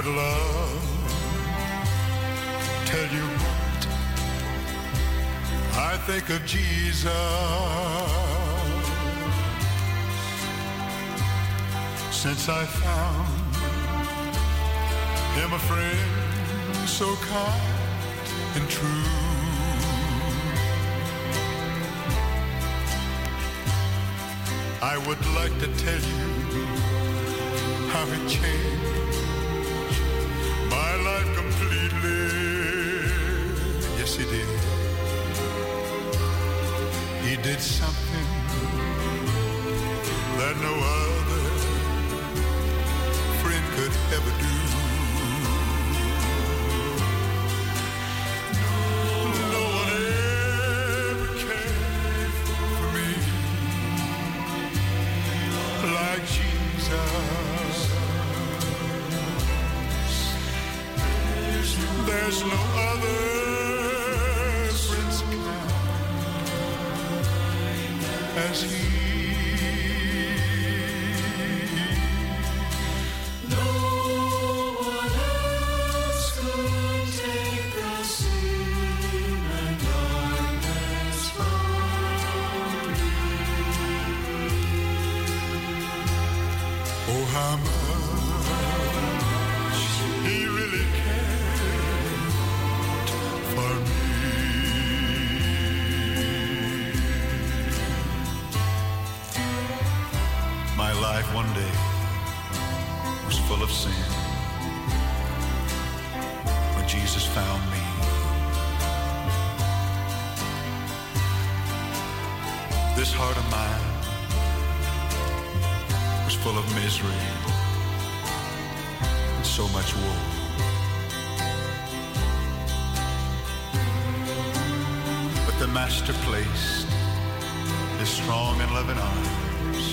would love tell you what I think of Jesus. Since I found him a friend so kind and true, I would like to tell you how he changed my life completely. Yes, he did. He did something that no other friend could ever do. No one ever cared for me like Jesus. There's no other Prince as he. No one else could take the sin and darkness from me. Oh, how much he really cared for me. My life one day was full of sin when Jesus found me. This heart of mine was full of misery and so much woe. But the Master placed his strong and loving arms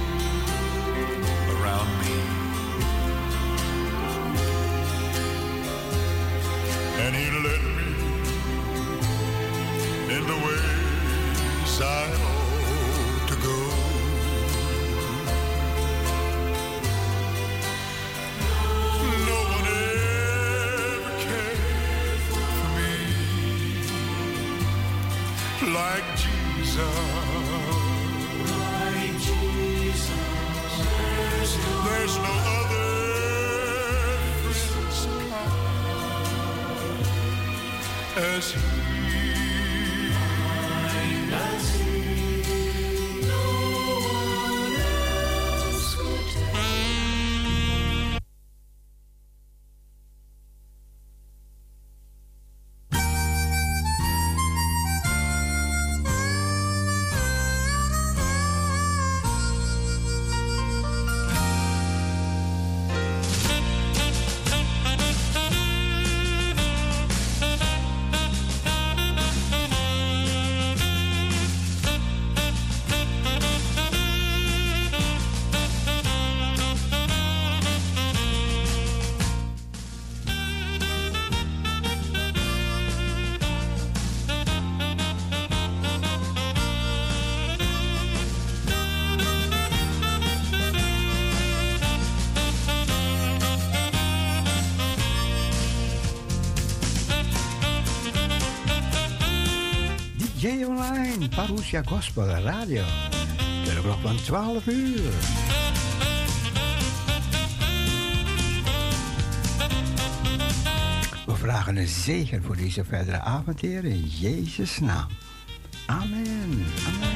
around me, and he led me in the ways I ought to go. No one ever cared for me like Jesus. Like Jesus. There's no other Prince as he. No one else could take. DJ Online, Parousia Gospel Radio. Tot de klok van 12 uur. We vragen een zegen voor deze verdere avond, Heer, in Jezus' naam. Amen. Amen.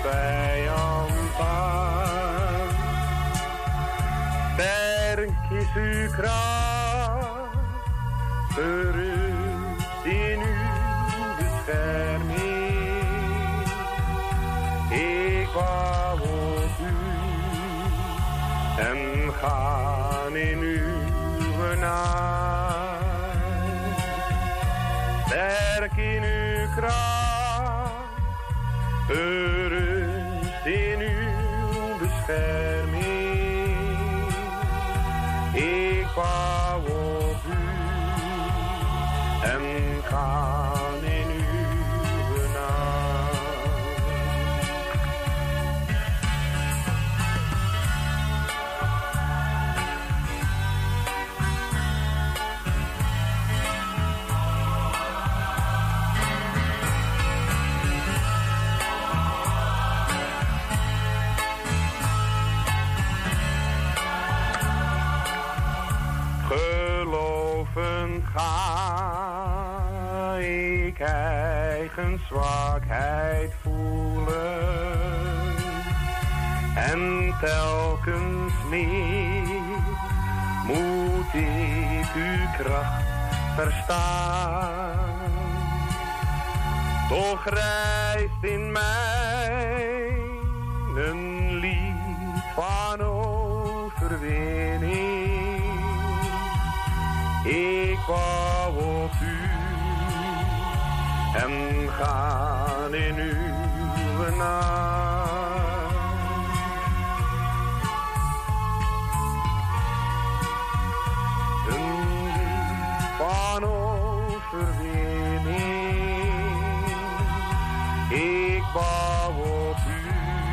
vijand aan. Sterk is uw kracht, gerust in uw bescherming. Ik wou op u en gaan in uw naam. Sterk in uw kracht, gerust in uw bescherming. Ik wou op u en gaan in uw naam. Geloven ga ik eigen zwakheid voelen en telkens meer moet ik uw kracht verstaan. Toch rijst in mij een lied van overwinning. Ik wou op u en gaan in uw naam. Een lied van overwinning. Ik wou op u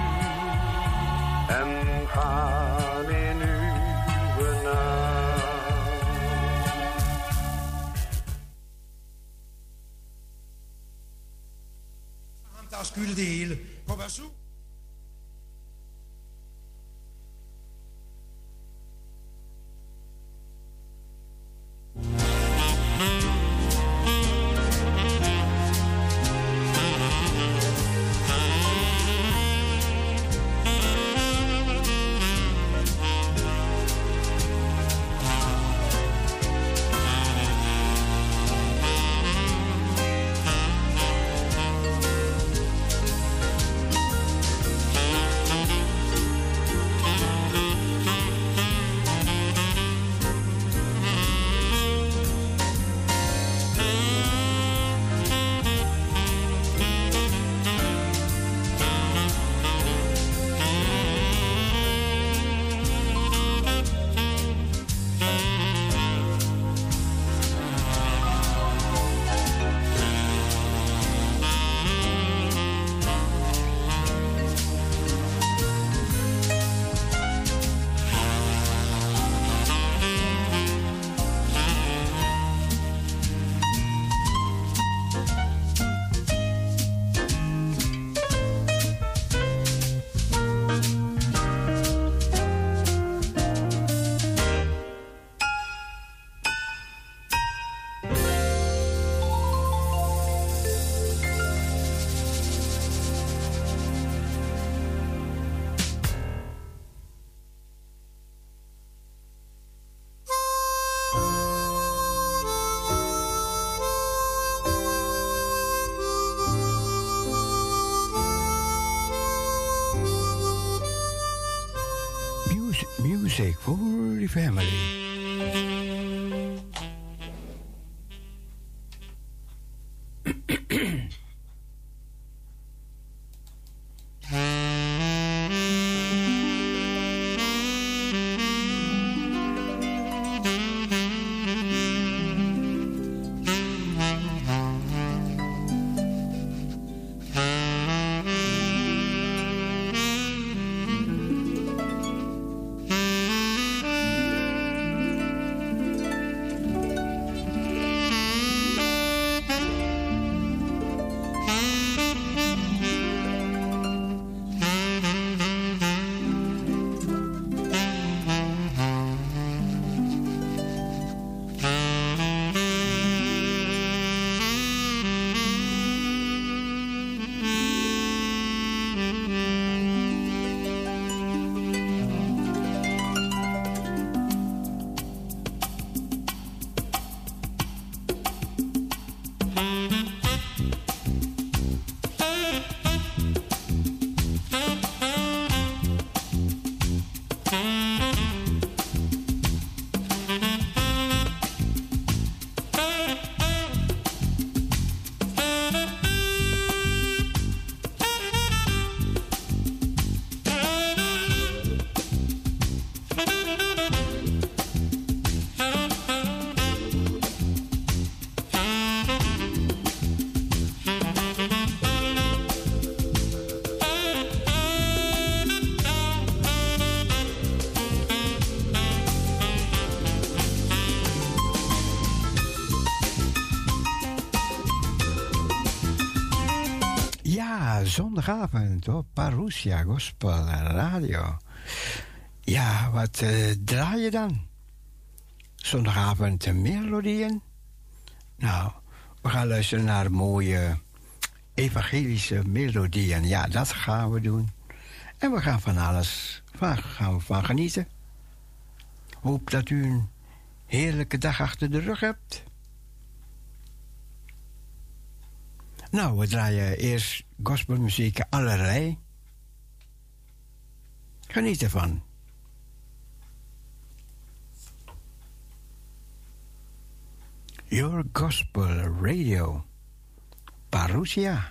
en gaan in uw naam. Skylde det hele. Prøv at su. Music for the family. zondagavond op Parousia Gospel Radio. Ja, wat draai je dan? Zondagavond melodieën. Nou, we gaan luisteren naar mooie evangelische melodieën. Ja, dat gaan we doen. En we gaan van alles van genieten. Hoop dat u een heerlijke dag achter de rug hebt. Nou, we draaien eerst gospelmuziek allerlei. Geniet ervan. Your Gospel Radio. Parousia.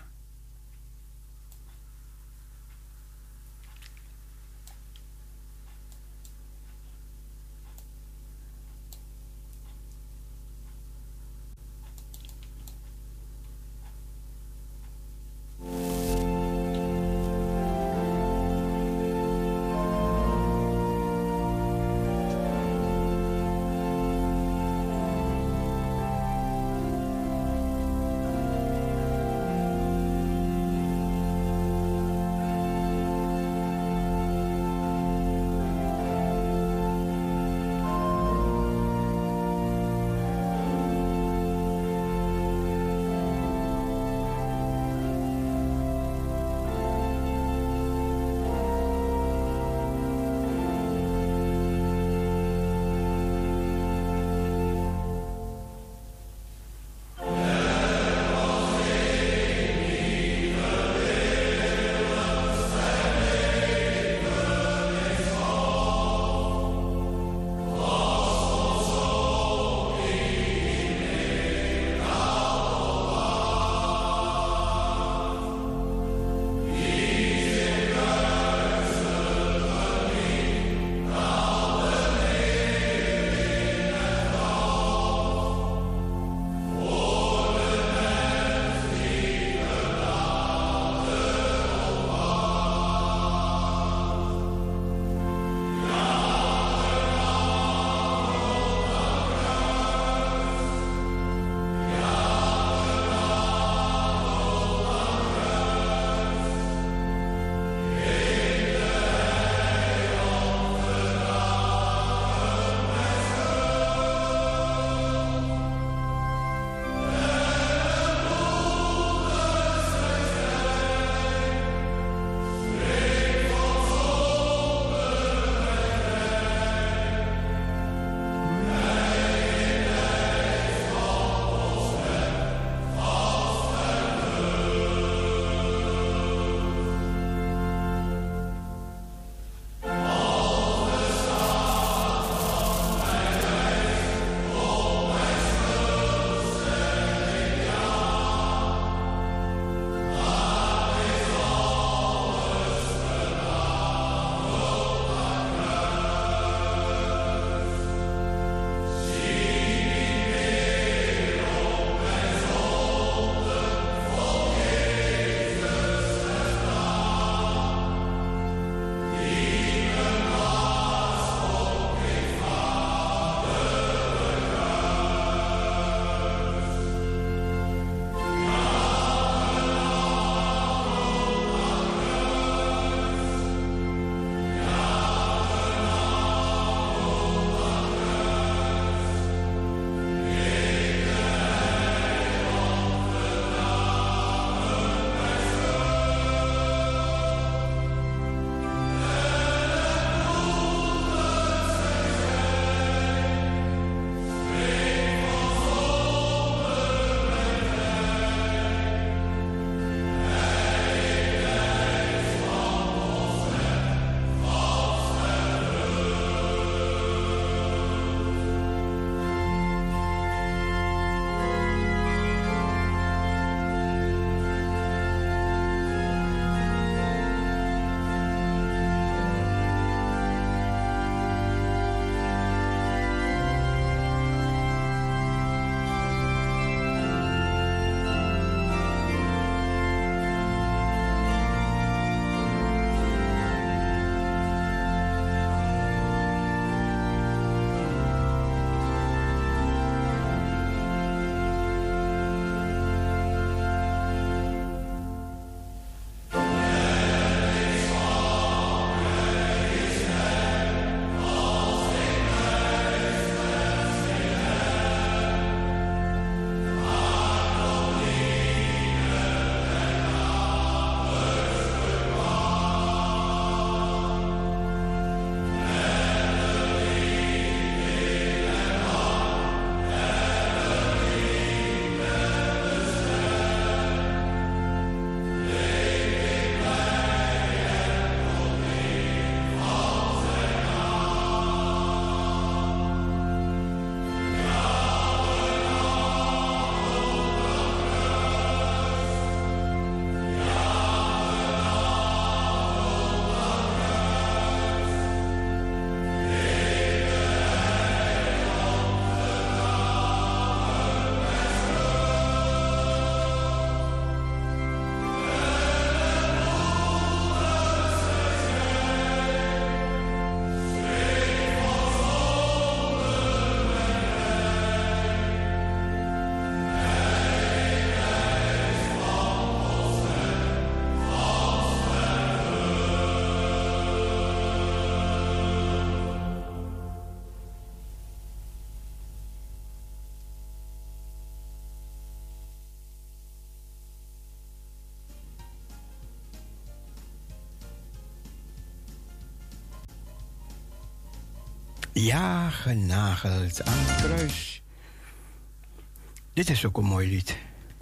Ja, genageld aan het kruis. Dit is ook een mooi lied.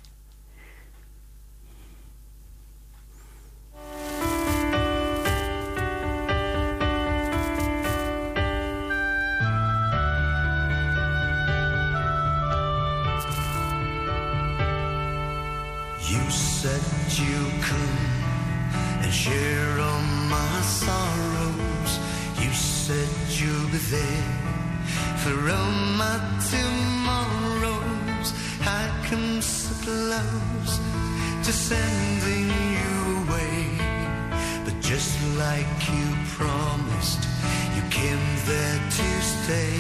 You said you come and share all my sorrows. You said you'll be there for all my tomorrows. I come so close to sending you away, but just like you promised, you came there to stay.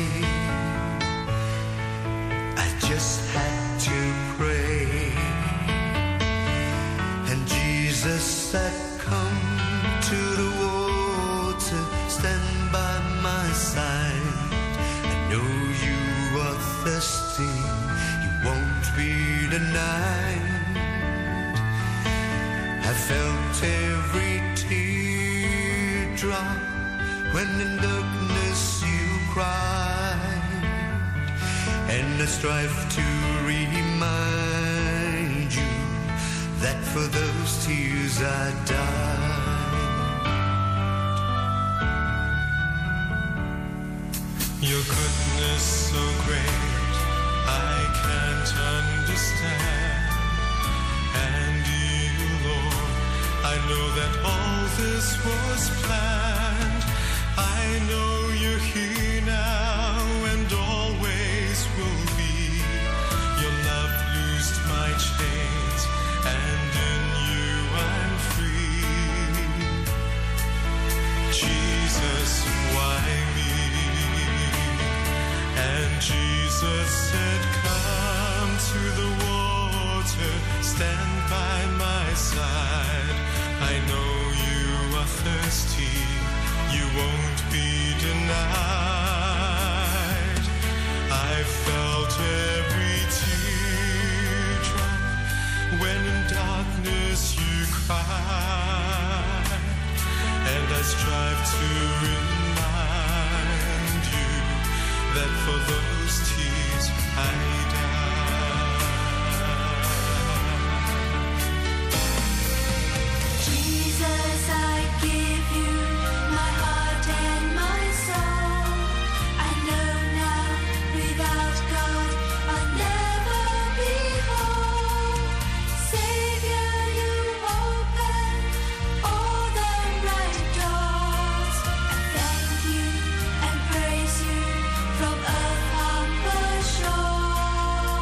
I just had to pray, and Jesus said, come to the water, stand by my side. I know you are thirsty, you won't be denied. I felt every teardrop when in darkness you cried, and I strive to remind you that for those tears I died. Your goodness so great, I can't understand. And you, Lord, I know that all this was planned. I know you're here now and always will be. Your love loosed my chains, and in you I'm free. Jesus, why me? And Jesus said, come to the water, stand by my side. I know you are thirsty, you won't be denied. I felt every teardrop when in darkness you cried, and I strive to remind you that for those tears I died. Jesus, I give you my heart and my soul. I know now without God I'll never be whole. Savior, you open all the right doors. I thank you and praise you from a humble shore.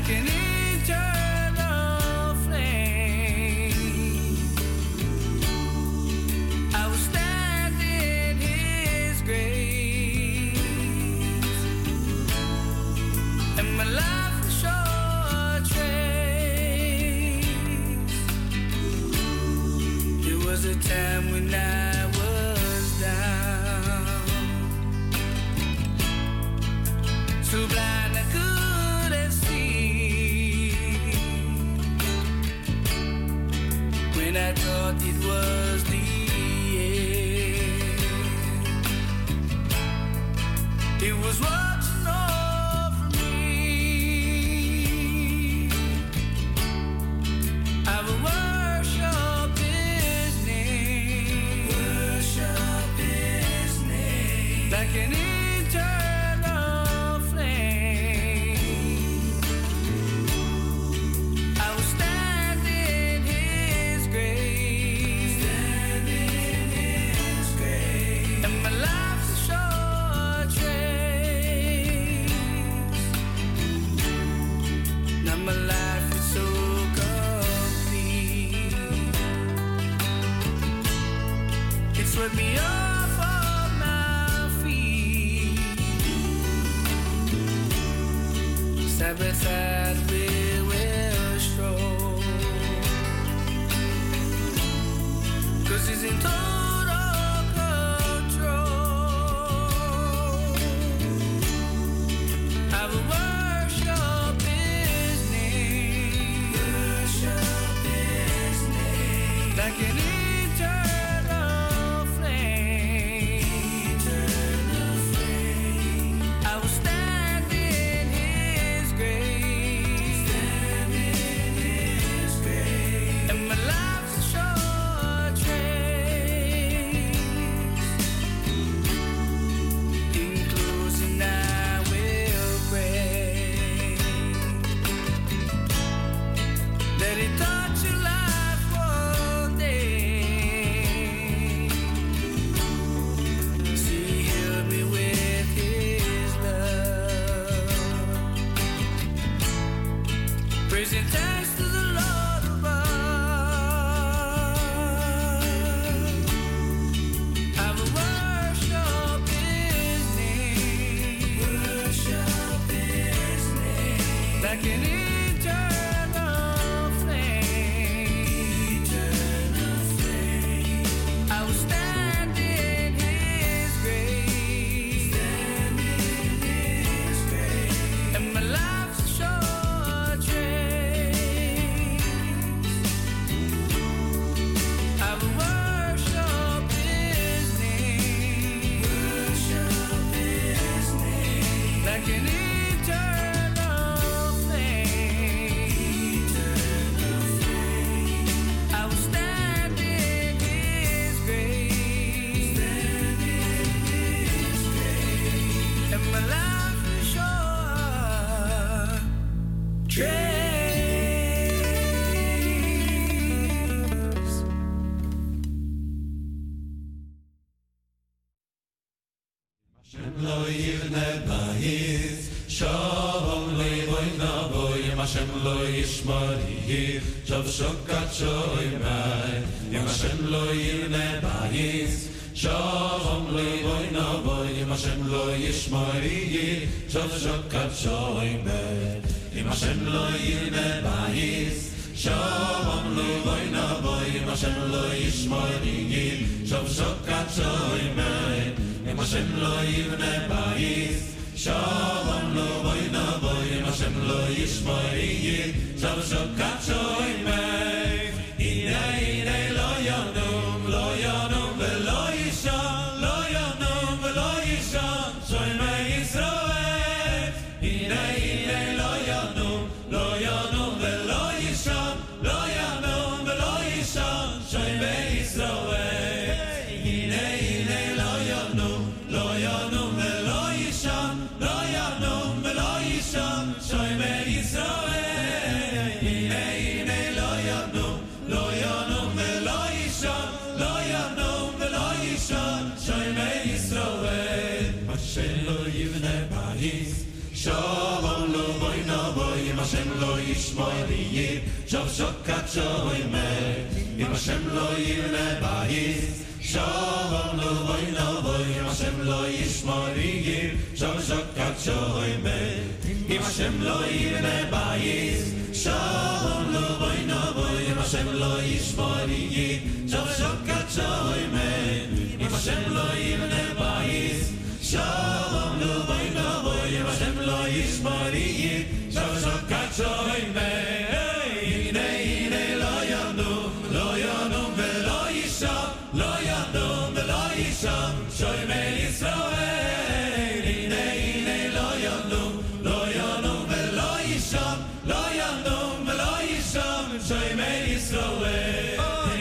like an eternal flame. I will stand in his grace, and my life will show a trace. There was a time when I was down, so blind I couldn't see, when I thought it was the end. It was watching over me. I will worship his name, like an eternal flame. I will stand in his grace, and my life will show a trace. Now my life is so complete. It swept me off of my feet. Side by side we will stroll, 'cause he's in total control. I will worship his name, like an eternal flame. I will stand in his grace, and my life will show a trace. In closing I will pray, let it touch your life one day. See, heal me with his love. Praise and thanks to the Lord above. I will worship his name, like an eternal flame. I will stand in his grace, and my life will show a trace. I will worship his name, like an eternal flame. I will stand in his grace, and my life will show a trace. Lo yivne bayis, shalom levoy naboy, Hashem lo yishmari, shav shokat shoymai. Hashem lo yivne bayis, shalom levoy naboy, Hashem lo yishmari, shav shokat shoymai. Hashem lo yivne bayis, shalom levoy naboy, Hashem lo yishmari, shav shokat shoymai. Hashem lo yivne bayis, shalom lo boyna boy. Hashem lo yishmari, shav shokat shoymei. Ine lo yonum velo yishon, lo yonum velo yishon, shoymei Yisroel. Ine lo yonum velo yishon, lo yonum velo yishon, shoymei Yisroel. Ine lo yonum velo yishon, lo yonum velo yishon, shoymei Yisroel. Ine lo yonum velo yishon, lo yonum velo yishon, shoymei Yisroel. Hashem lo yivne bayis, shalom lo boyna boy. Im Hashem lo yishmor yir, shov shokat shoy me. Im Hashem lo yivne bayis, shalom lo voy no voy. Im Hashem lo yishmor yir, shov shokat shoy me. Im Hashem lo yivne bayis, shalom lo voy no voy. Im Hashem lo yishmor yir, shov shokat shoy me. Im Hashem lo yivne bayis, shalom lo voy no voy. Im Hashem lo yishmor yir, shov shokat shoy me. Shoy me Yisrael, ine ine lo yadum velo yisham, lo yadum velo yisham. Shoy me Yisrael.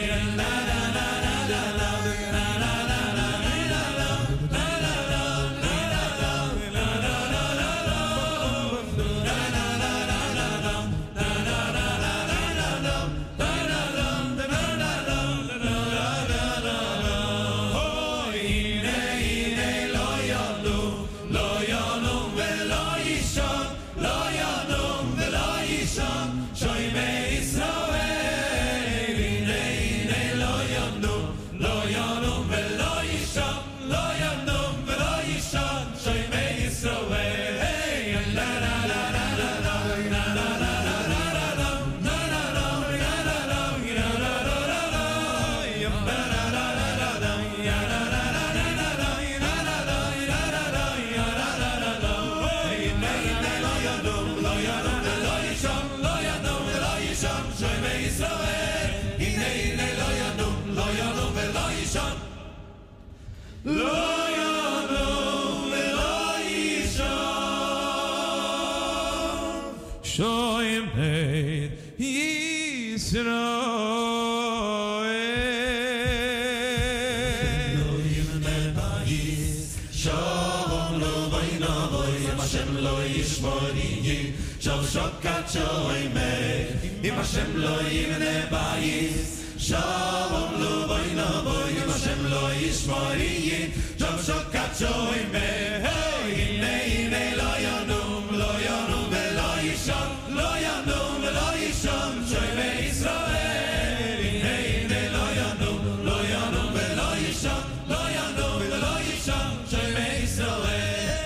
Shokat shoy me, Im Hashem lo yivne bayis, shalom lo voy no voy. Im Hashem lo yishmor yir, shokat shoy me. Ine ine lo yanum velo yisham, lo yanum velo yisham. Shoy me Yisrael, ine ine lo yanum velo yisham, lo yanum velo yisham. Shoy me Yisrael.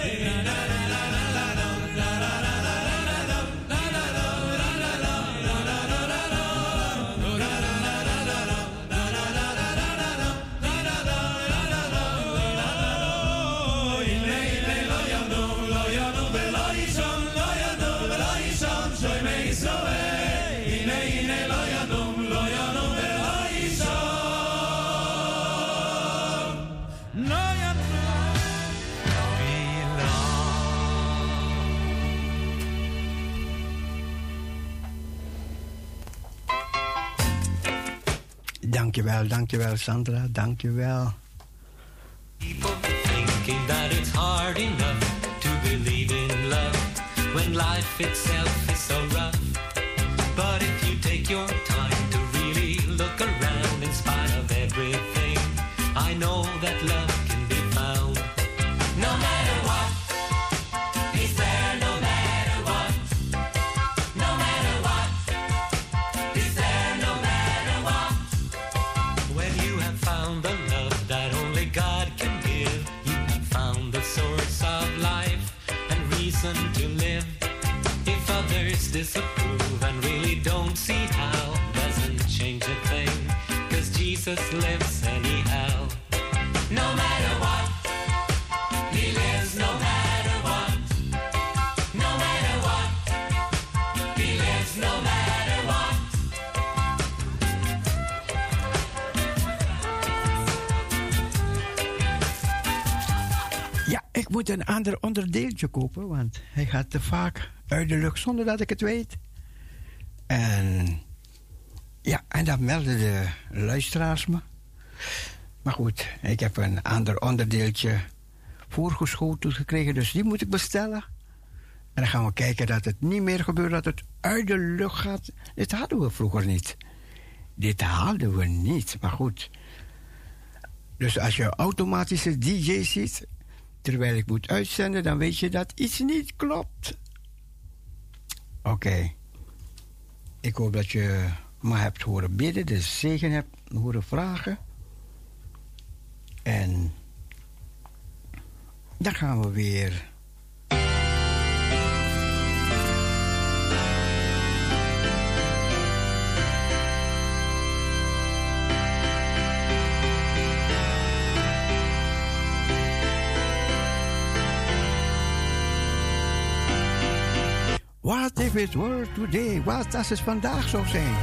Dankjewel Sandra, dankjewel. People thinking that it's hard enough to believe in love when life itself is so rough. But if you take your time to really look around in spite of everything, I know that love can be found. No matter what, he's there no matter what. No matter what, he's there no matter what. When you have found the love that only God can give, you have found the source of life and reason to live. If others disapprove and really don't see how, doesn't change a thing, 'cause Jesus lives anyhow. No matter what, he lives no matter what. No matter what, he lives no matter what. Ja, ik moet een ander onderdeeltje kopen, want hij gaat te vaak uit de lucht zonder dat ik het weet. En ja, en dat melden de luisteraars me. Maar goed, ik heb een ander onderdeeltje voorgeschoteld gekregen, dus die moet ik bestellen. En dan gaan we kijken dat het niet meer gebeurt, dat het uit de lucht gaat. Dit hadden we vroeger niet. Dit hadden we niet, maar goed. Dus als je automatische DJ ziet, terwijl ik moet uitzenden, dan weet je dat iets niet klopt. Oké. Ik hoop dat je me hebt horen bidden, de zegen hebt horen vragen. En dan gaan we weer. What if it were today? Wat als het vandaag zou zijn?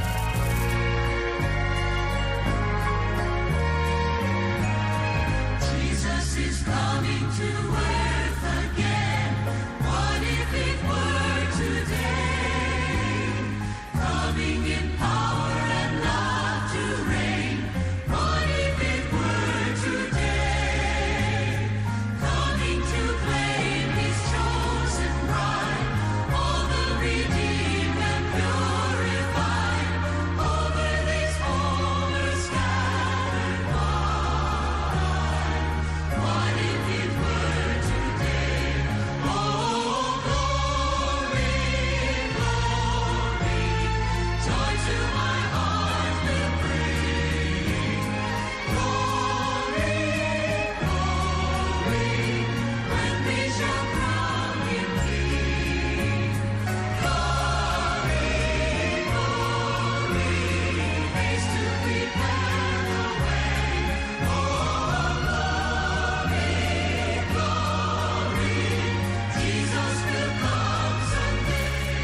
Jesus is coming to earth again. What if it were today? Coming in power and love to reign. What if it were today? Coming to claim his chosen bride. All the redeemed and purified. Over this holy scattered wide. What if it were today? Oh, glory, glory, joy to my heart will bring. Glory, glory, when we shall crown him King. Glory, glory, haste to prepare the way. Oh, glory, glory, Jesus will come someday.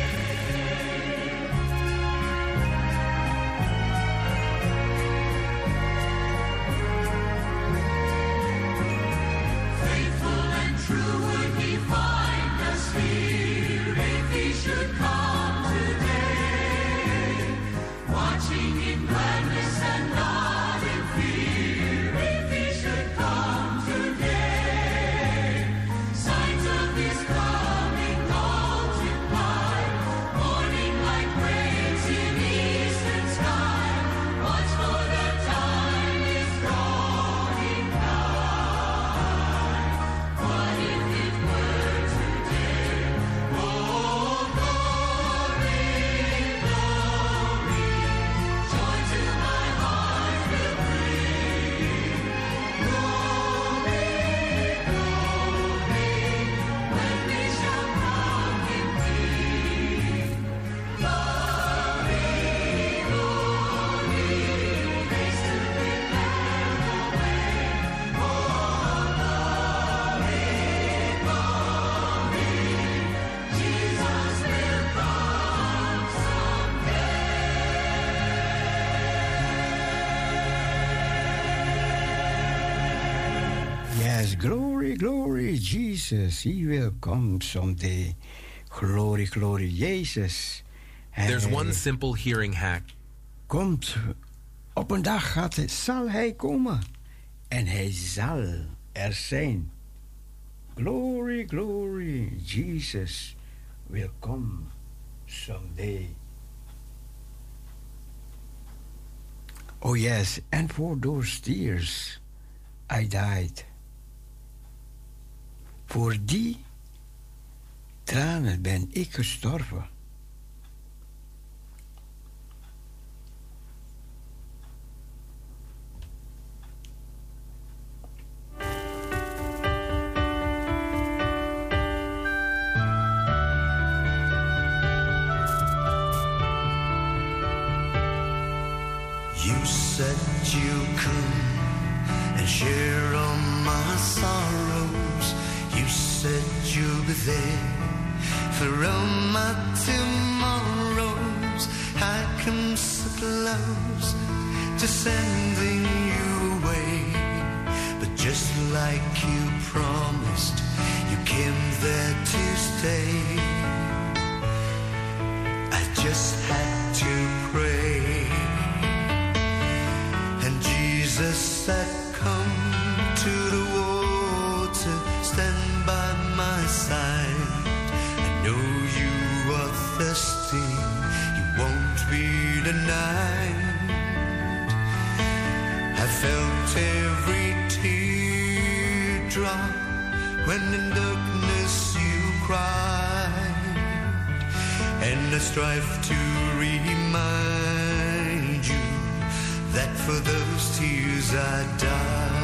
Faithful and true would he find us here if he should come today. Watching in gladness and not in fear if he should come today. Signs of his coming multiplied, morning like rays in eastern sky. Watch for the time is drawing nigh. What if it were today? Oh, glory, glory, joy to my heart will bring. Glory, glory, when we shall crown him King. Glory, glory, haste to prepare the way. Oh, glory, glory, Jesus will come someday. Yes, glory, glory, Jesus. He will come someday. Glory, glory, Jesus. There's Hij one simple hearing hack. komt. Op een dag zal hij komen. En hij zal er zijn. Glory, glory, Jesus will come someday. Oh yes, and for those tears I died. Voor die tranen ben ik gestorven. You said you come and share all my sorrows. You said you'll be there for all my tomorrows. I come so close to sending you away, but just like you promised, you came there to stay. I just had to pray. And Jesus said, come to the water, stand by my side. I know you are thirsty, you won't be denied. I felt every teardrop when in darkness you cried. And and I strive to remind you that for those tears I died.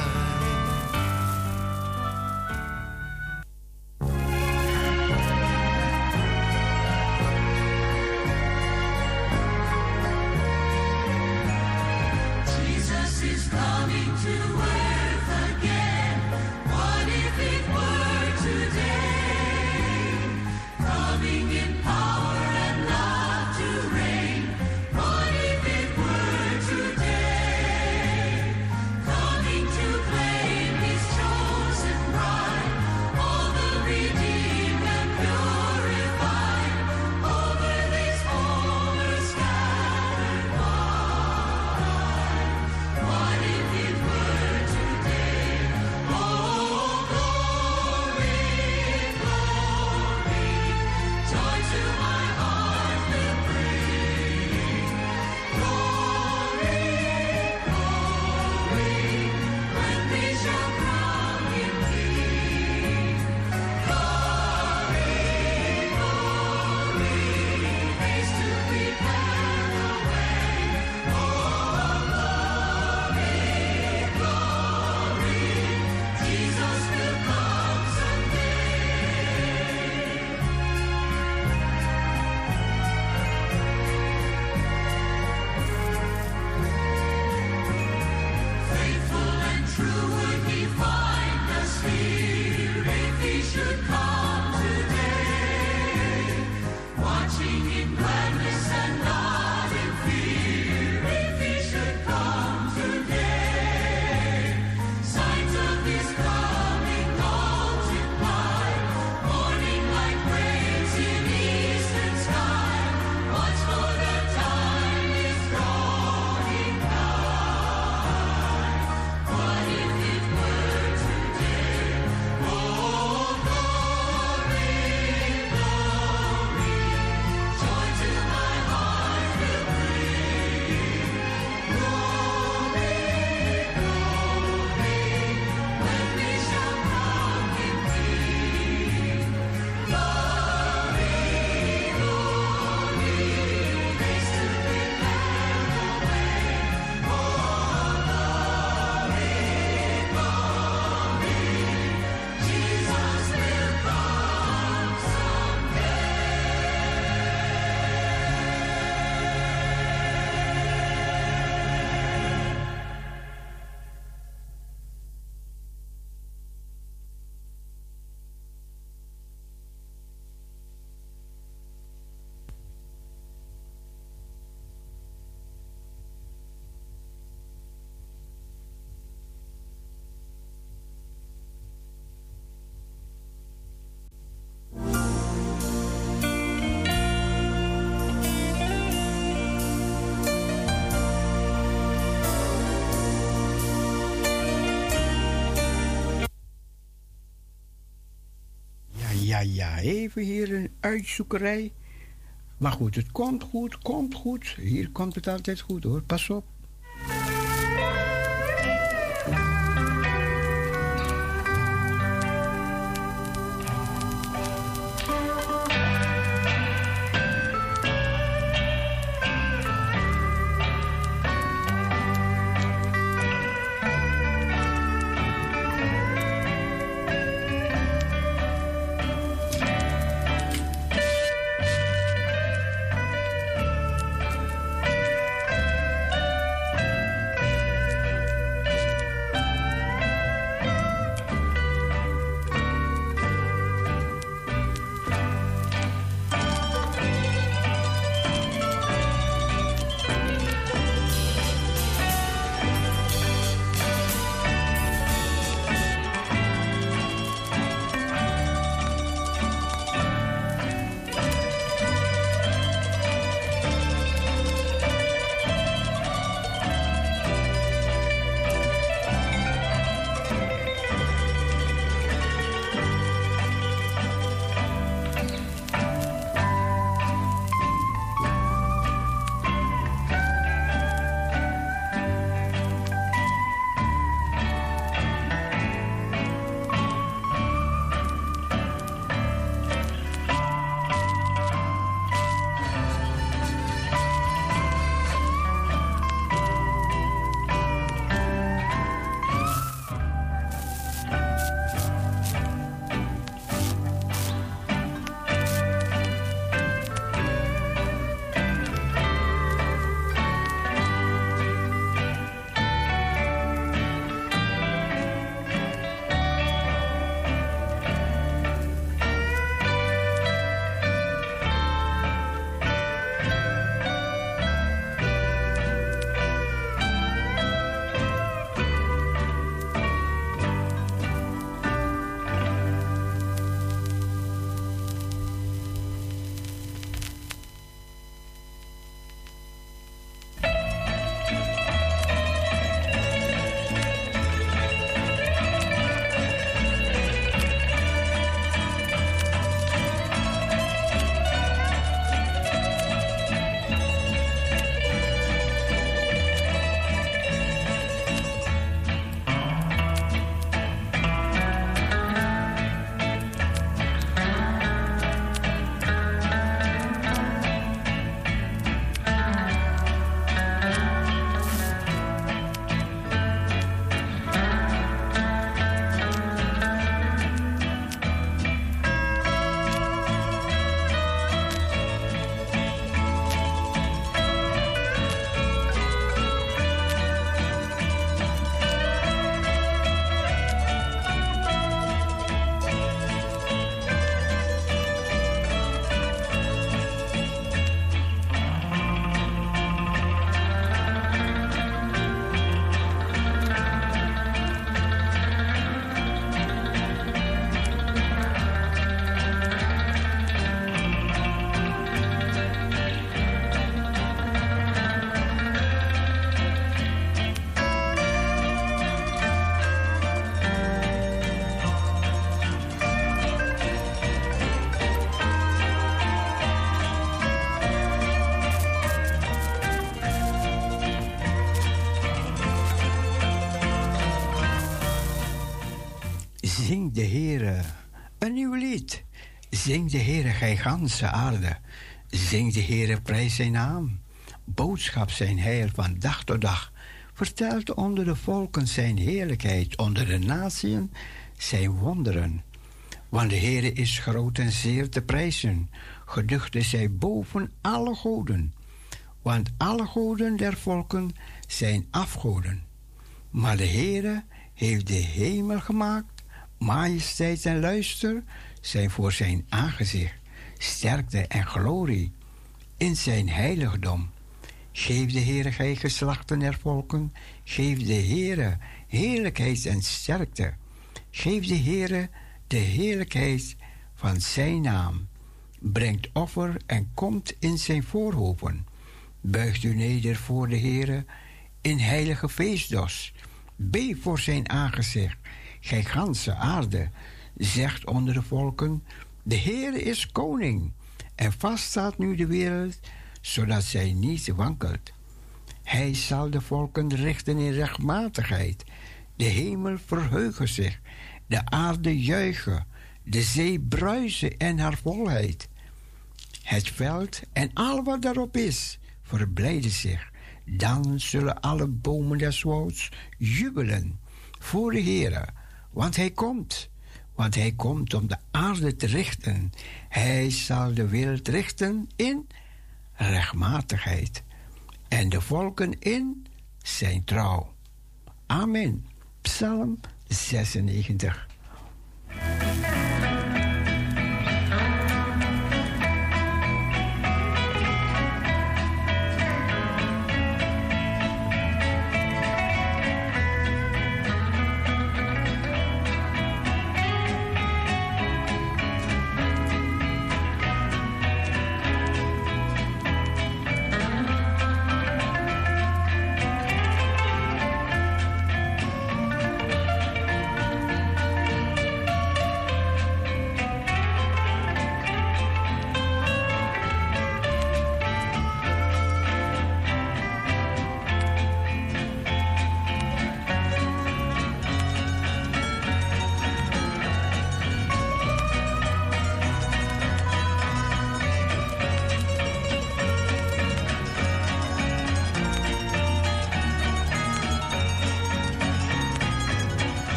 Jesus is coming to earth again. What if it were today? Coming in power and love to reign. What if it were today? Coming to claim His chosen bride. All the redeemed and purified. Over this over scattered wide. What if it were today? Oh, glory, glory, joy to my heart will bring. Glory, glory, when we shall crown Him King. Glory, glory, haste to prepare the way. Oh, glory, glory, Jesus will come someday. Faithful and true would He find us here if He should come today. Watching in gladness and not in fear if He should come today. Signs of His coming multiply, morning like rays in eastern sky. Watch for the time is drawing nigh. What if it were today? Oh, glory, glory, joy to my heart will bring. Glory, glory, when we shall crown Him King. Glory, glory, haste to prepare the way. Oh, glory, glory, Jesus will come Ja, even hier een uitzoekerij. Maar goed, het komt goed. Hier komt het altijd goed hoor, pas op. Zing de Heere een nieuw lied. Zing de Heere, gij ganse aarde. Zing de Heere, prijs zijn naam. Boodschap zijn heil van dag tot dag. Vertelt onder de volken zijn heerlijkheid, onder de natieën zijn wonderen. Want de Heere is groot en zeer te prijzen. Geducht is hij boven alle goden. Want alle goden der volken zijn afgoden. Maar de Heere heeft de hemel gemaakt. Majesteit en luister zijn voor zijn aangezicht. Sterkte en glorie in zijn heiligdom. Geef de Heere, gij geslachten der volken. Geef de Heere heerlijkheid en sterkte. Geef de Heere de heerlijkheid van zijn naam. Brengt offer en komt in zijn voorhoven. Buigt u neder voor de Heere in heilige feestdos. Beef voor zijn aangezicht, gij ganse aarde. Zegt onder de volken, de Heere is koning. En vast staat nu de wereld, zodat zij niet wankelt. Hij zal de volken richten in rechtmatigheid. De hemel verheugen zich, de aarde juichen, de zee bruisen en haar volheid. Het veld en al wat daarop is, verblijden zich. Dan zullen alle bomen des wouds jubelen voor de Heere, want hij komt. Want hij komt om de aarde te richten. Hij zal de wereld richten in rechtmatigheid en de volken in zijn trouw. Amen. Psalm 96.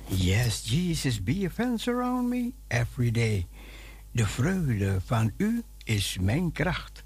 Yes, Jesus, be a fence around me every day. De vreugde van u is mijn kracht.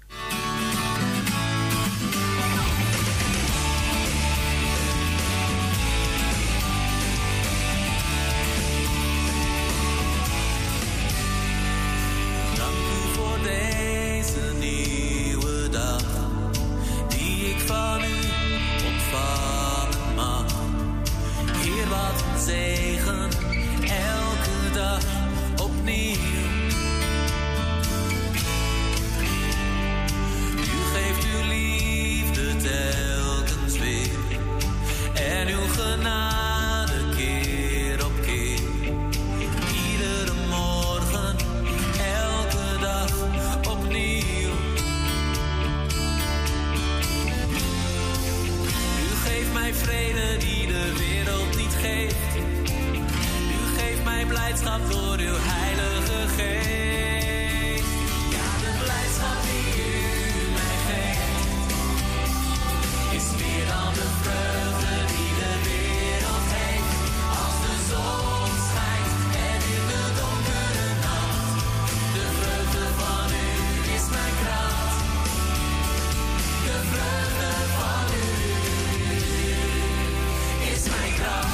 Zegen, elke dag opnieuw. U geeft uw liefde telkens weer. En uw genade keer op keer. Iedere morgen, elke dag opnieuw. U geeft mij vrede die de wereld niet geeft. Blijdschap door uw heilige geest. Ja, de blijdschap die u mij geeft is meer dan de vreugde die de wereld heeft. Als de zon schijnt en in de donkere nacht, de vreugde van u is mijn kracht. De vreugde van u is mijn kracht.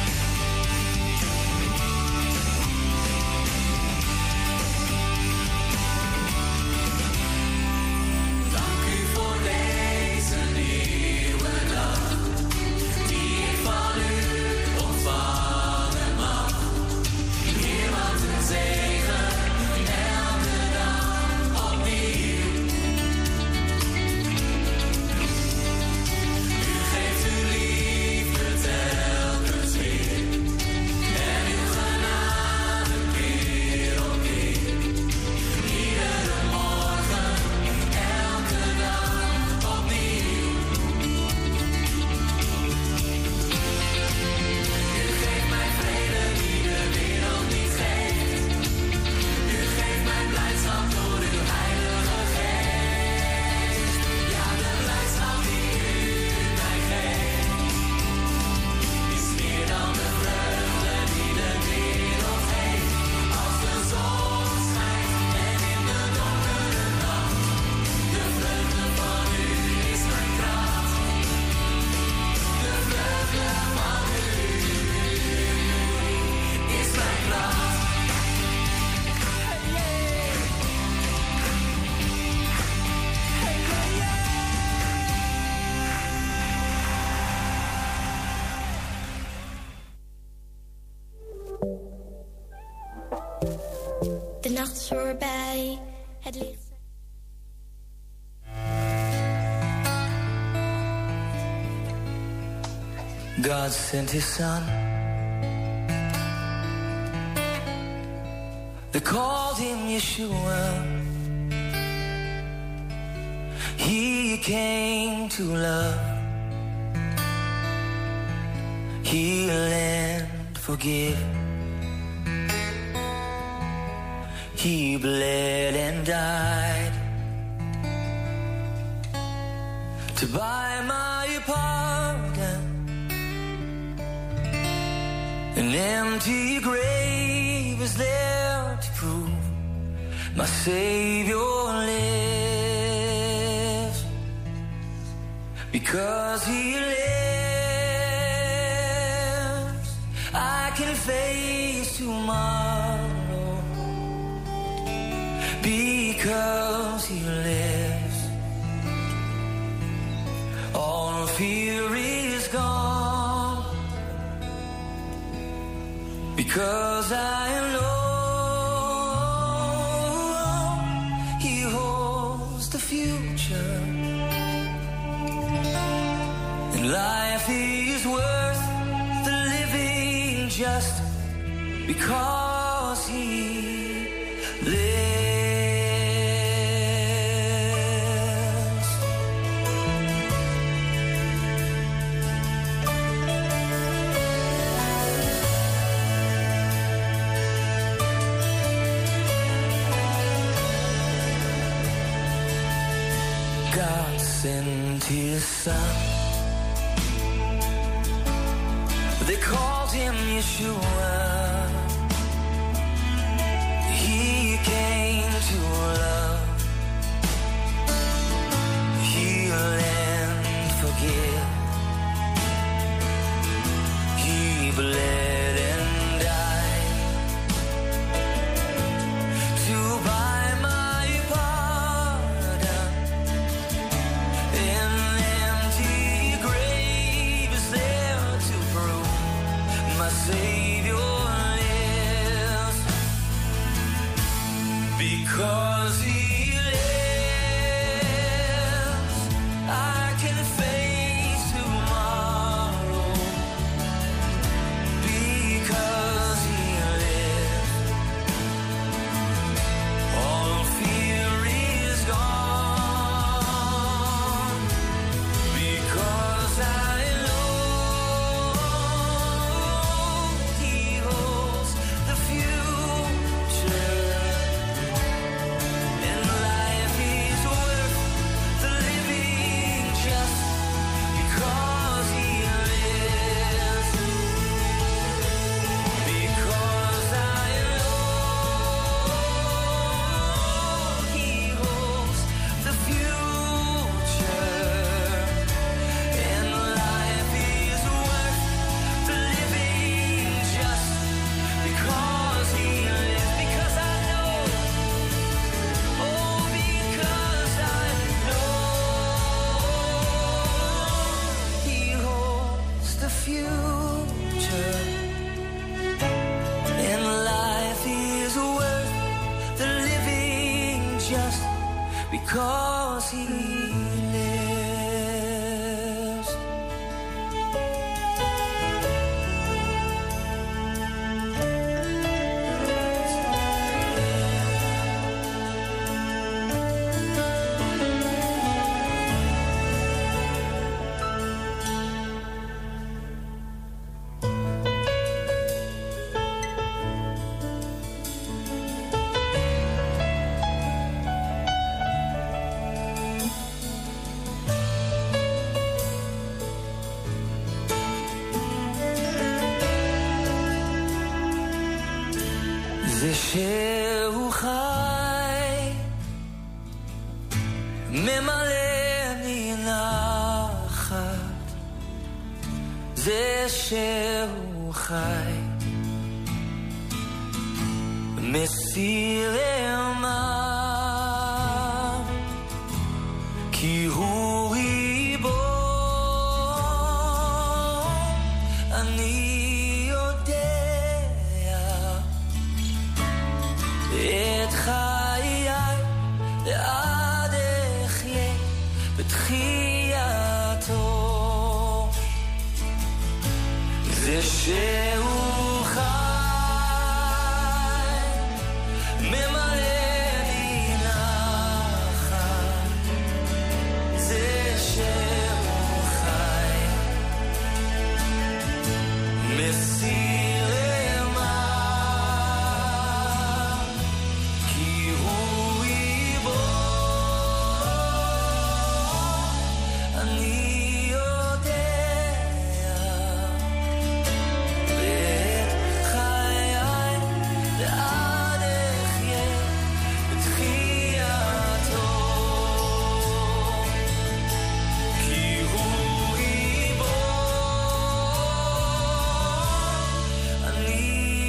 De nacht is voorbij, het licht. God sent his son. They called him Yeshua. He came to love, heal and forgive. He bled and died to buy my pardon. An empty grave is there to prove my Savior lives. Because he lives, I can face tomorrow. Because he lives, all fear is gone. Because I know he holds the future, and life is worth the living just because he lives. God sent his son, They called him Yeshua. He came to love, heal and forgive. He bled and died to buy my pardon. An empty grave is there to prove my Savior lives. Because he lives, I can face tomorrow. Because he lives, all fear is gone. Because I know he holds the future. And life is worth the living just because he lives. Because I know he holds the future. And life is worth the living just because he lives. Because I know. Oh, because I know he holds the future. And life is worth the living just because he lives. זה שהוא חי ממלאני נחת. זה שהוא חי מסיר אימה, כי הוא ריבון. אני יודע את חיי לעד אחיה בתחייתו. זה שהוא חי ממלאני נחת. זה שהוא חי מסיר אימה, כי הוא ריבון. אני יודע ואת חיי לעד אחיה בתחייתו. כי הוא ריבון. אני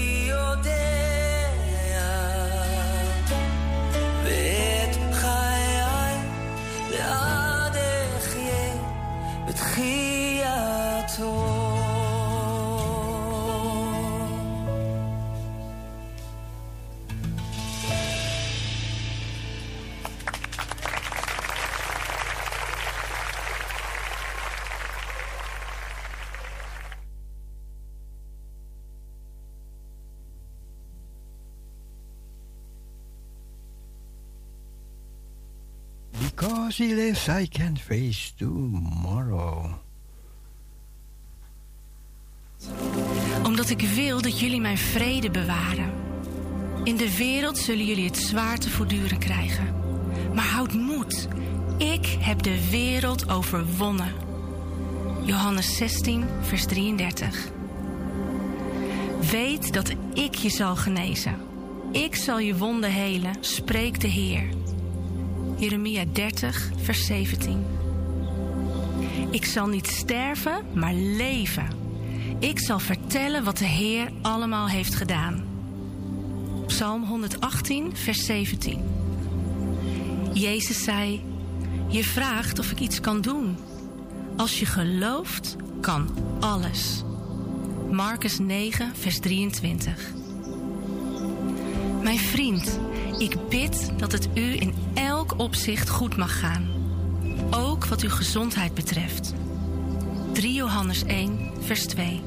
יודע ואת חיי לעד אחיה בתחייתו. Because he lives, I can face tomorrow. Omdat ik wil dat jullie mijn vrede bewaren. In de wereld zullen jullie het zwaar te voortduren krijgen. Maar houd moed. Ik heb de wereld overwonnen. Johannes 16, vers 33. Weet dat ik je zal genezen. Ik zal je wonden helen, spreekt de Heer. Jeremia 30, vers 17. Ik zal niet sterven, maar leven. Ik zal vertellen wat de Heer allemaal heeft gedaan. Psalm 118, vers 17. Jezus zei, je vraagt of ik iets kan doen. Als je gelooft, kan alles. Marcus 9, vers 23. Mijn vriend, ik bid dat het u in elk opzicht goed mag gaan. Ook wat uw gezondheid betreft. 3 Johannes 1, vers 2.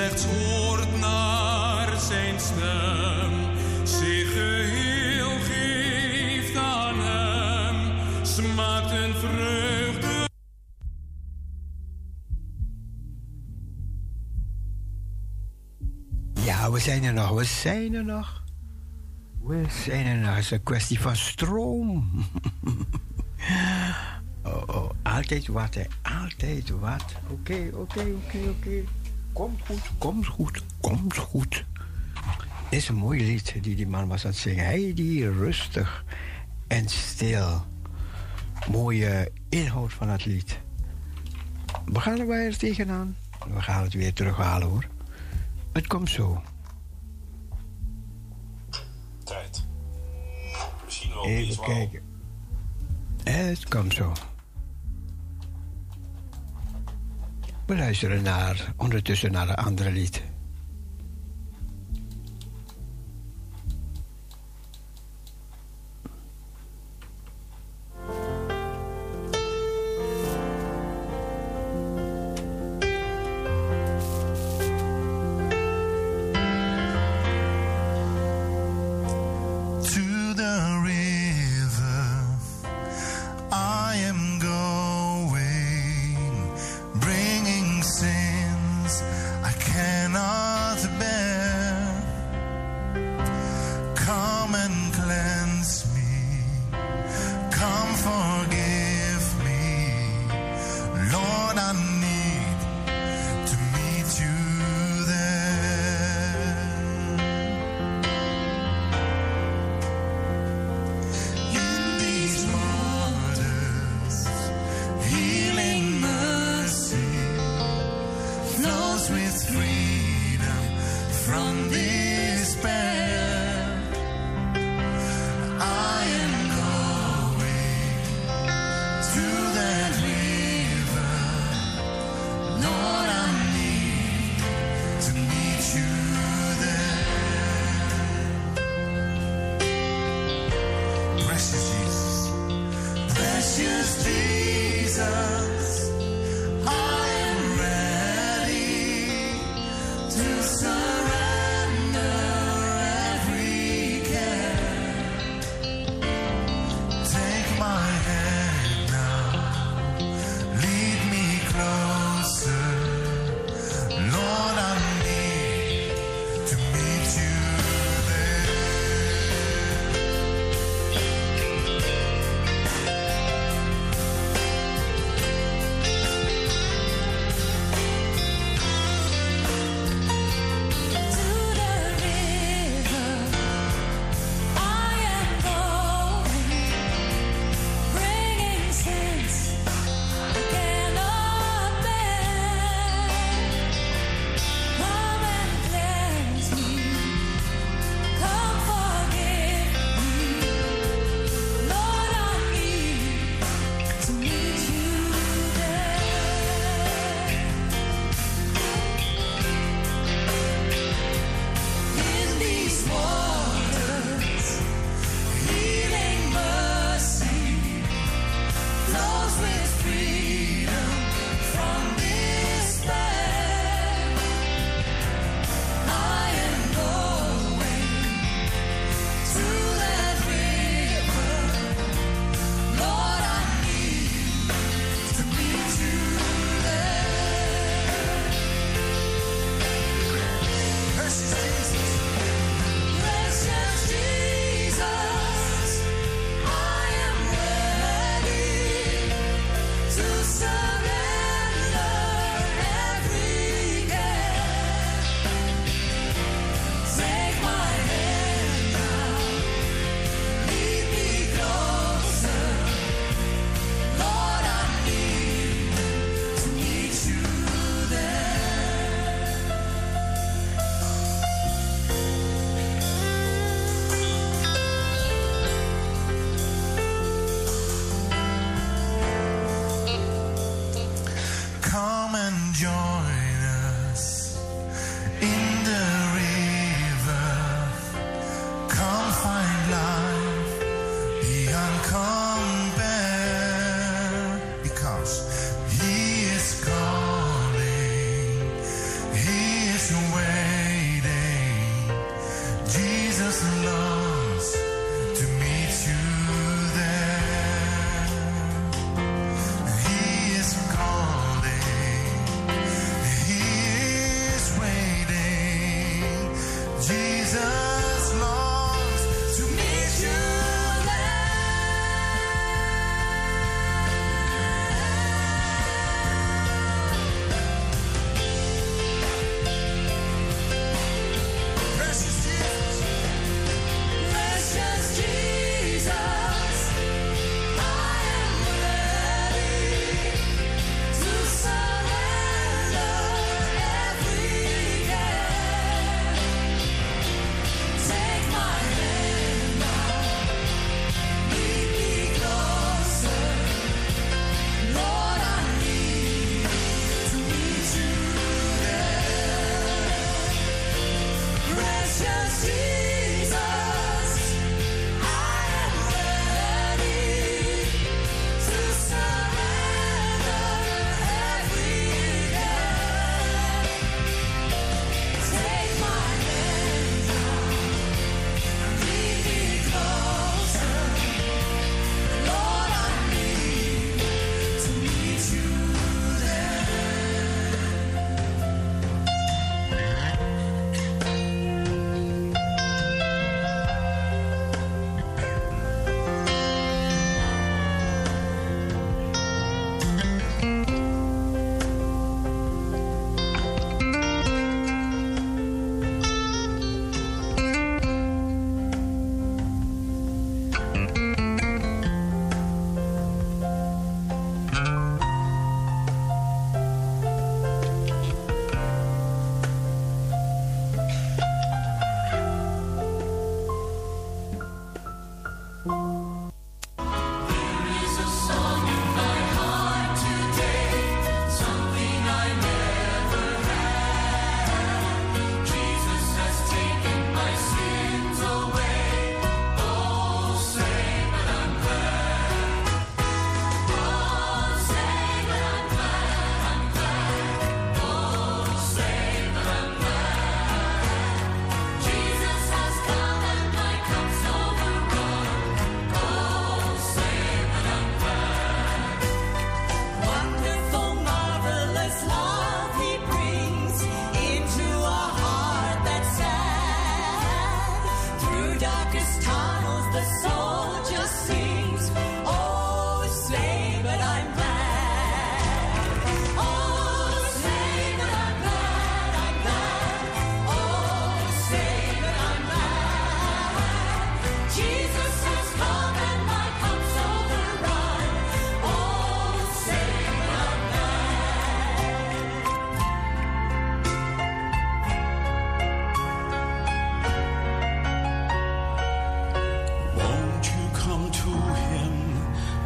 slechts hoort naar zijn stem, zich geheel geeft aan hem, smaakt een vreugde. Ja, we zijn er nog. We zijn er nog. Het is een kwestie van stroom. Oh, altijd wat, hè. Altijd wat. Oké. Komt goed. Dit is een mooi lied die man was aan het zingen. Hij die rustig en stil. Mooie inhoud van het lied. We gaan er weer tegenaan. We gaan het weer terughalen, hoor. Het komt zo. Tijd. Misschien wel even kijken. Het komt zo. We luisteren ondertussen naar een andere lied. He is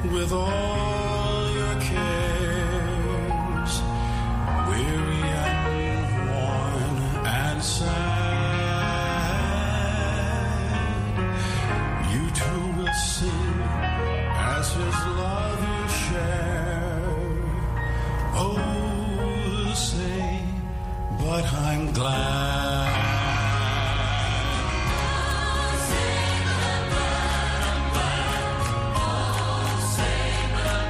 with all your cares, weary and worn and sad. You too will sing as his love you share. Oh, say, but I'm glad. Oh, say, but I'm glad. Oh, say, but I'm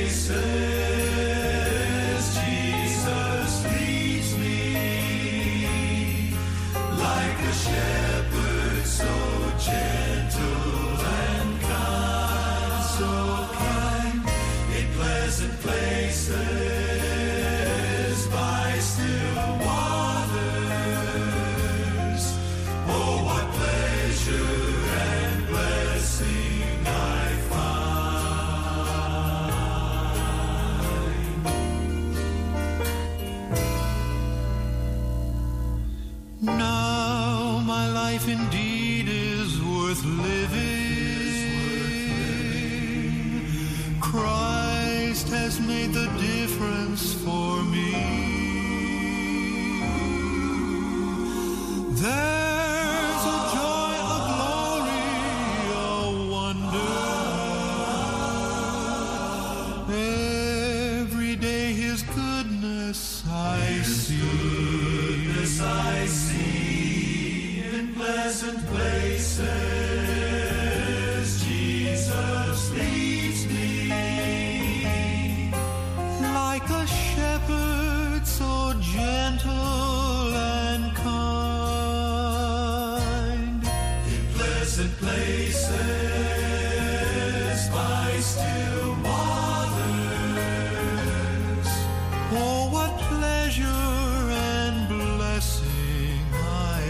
Jesus leads me like a shepherd, so gentle and kind, so kind, in pleasant places by still waters. Oh, what pleasure and blessing I find. Now my life indeed is worth living. Christ has made the difference for me. There's a joy, a glory, a wonder. Every day His goodness I see. Goodness I see in pleasant places. Jesus leads me like a shepherd, so gentle and kind, in pleasant places by still waters. Oh, what pleasure and blessing I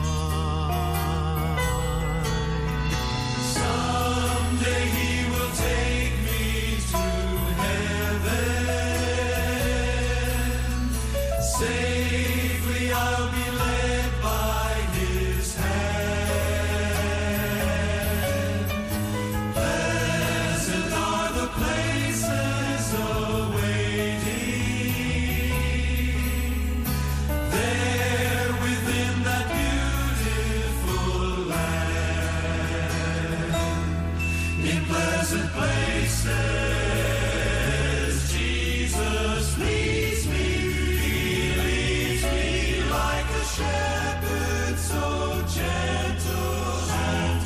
find. Someday He will take me to heaven. Safely I'll be led by His hand. Pleasant are the places awaiting, there within that beautiful land. In pleasant places, Jesus leads me. He leads me like a shepherd, so gentle and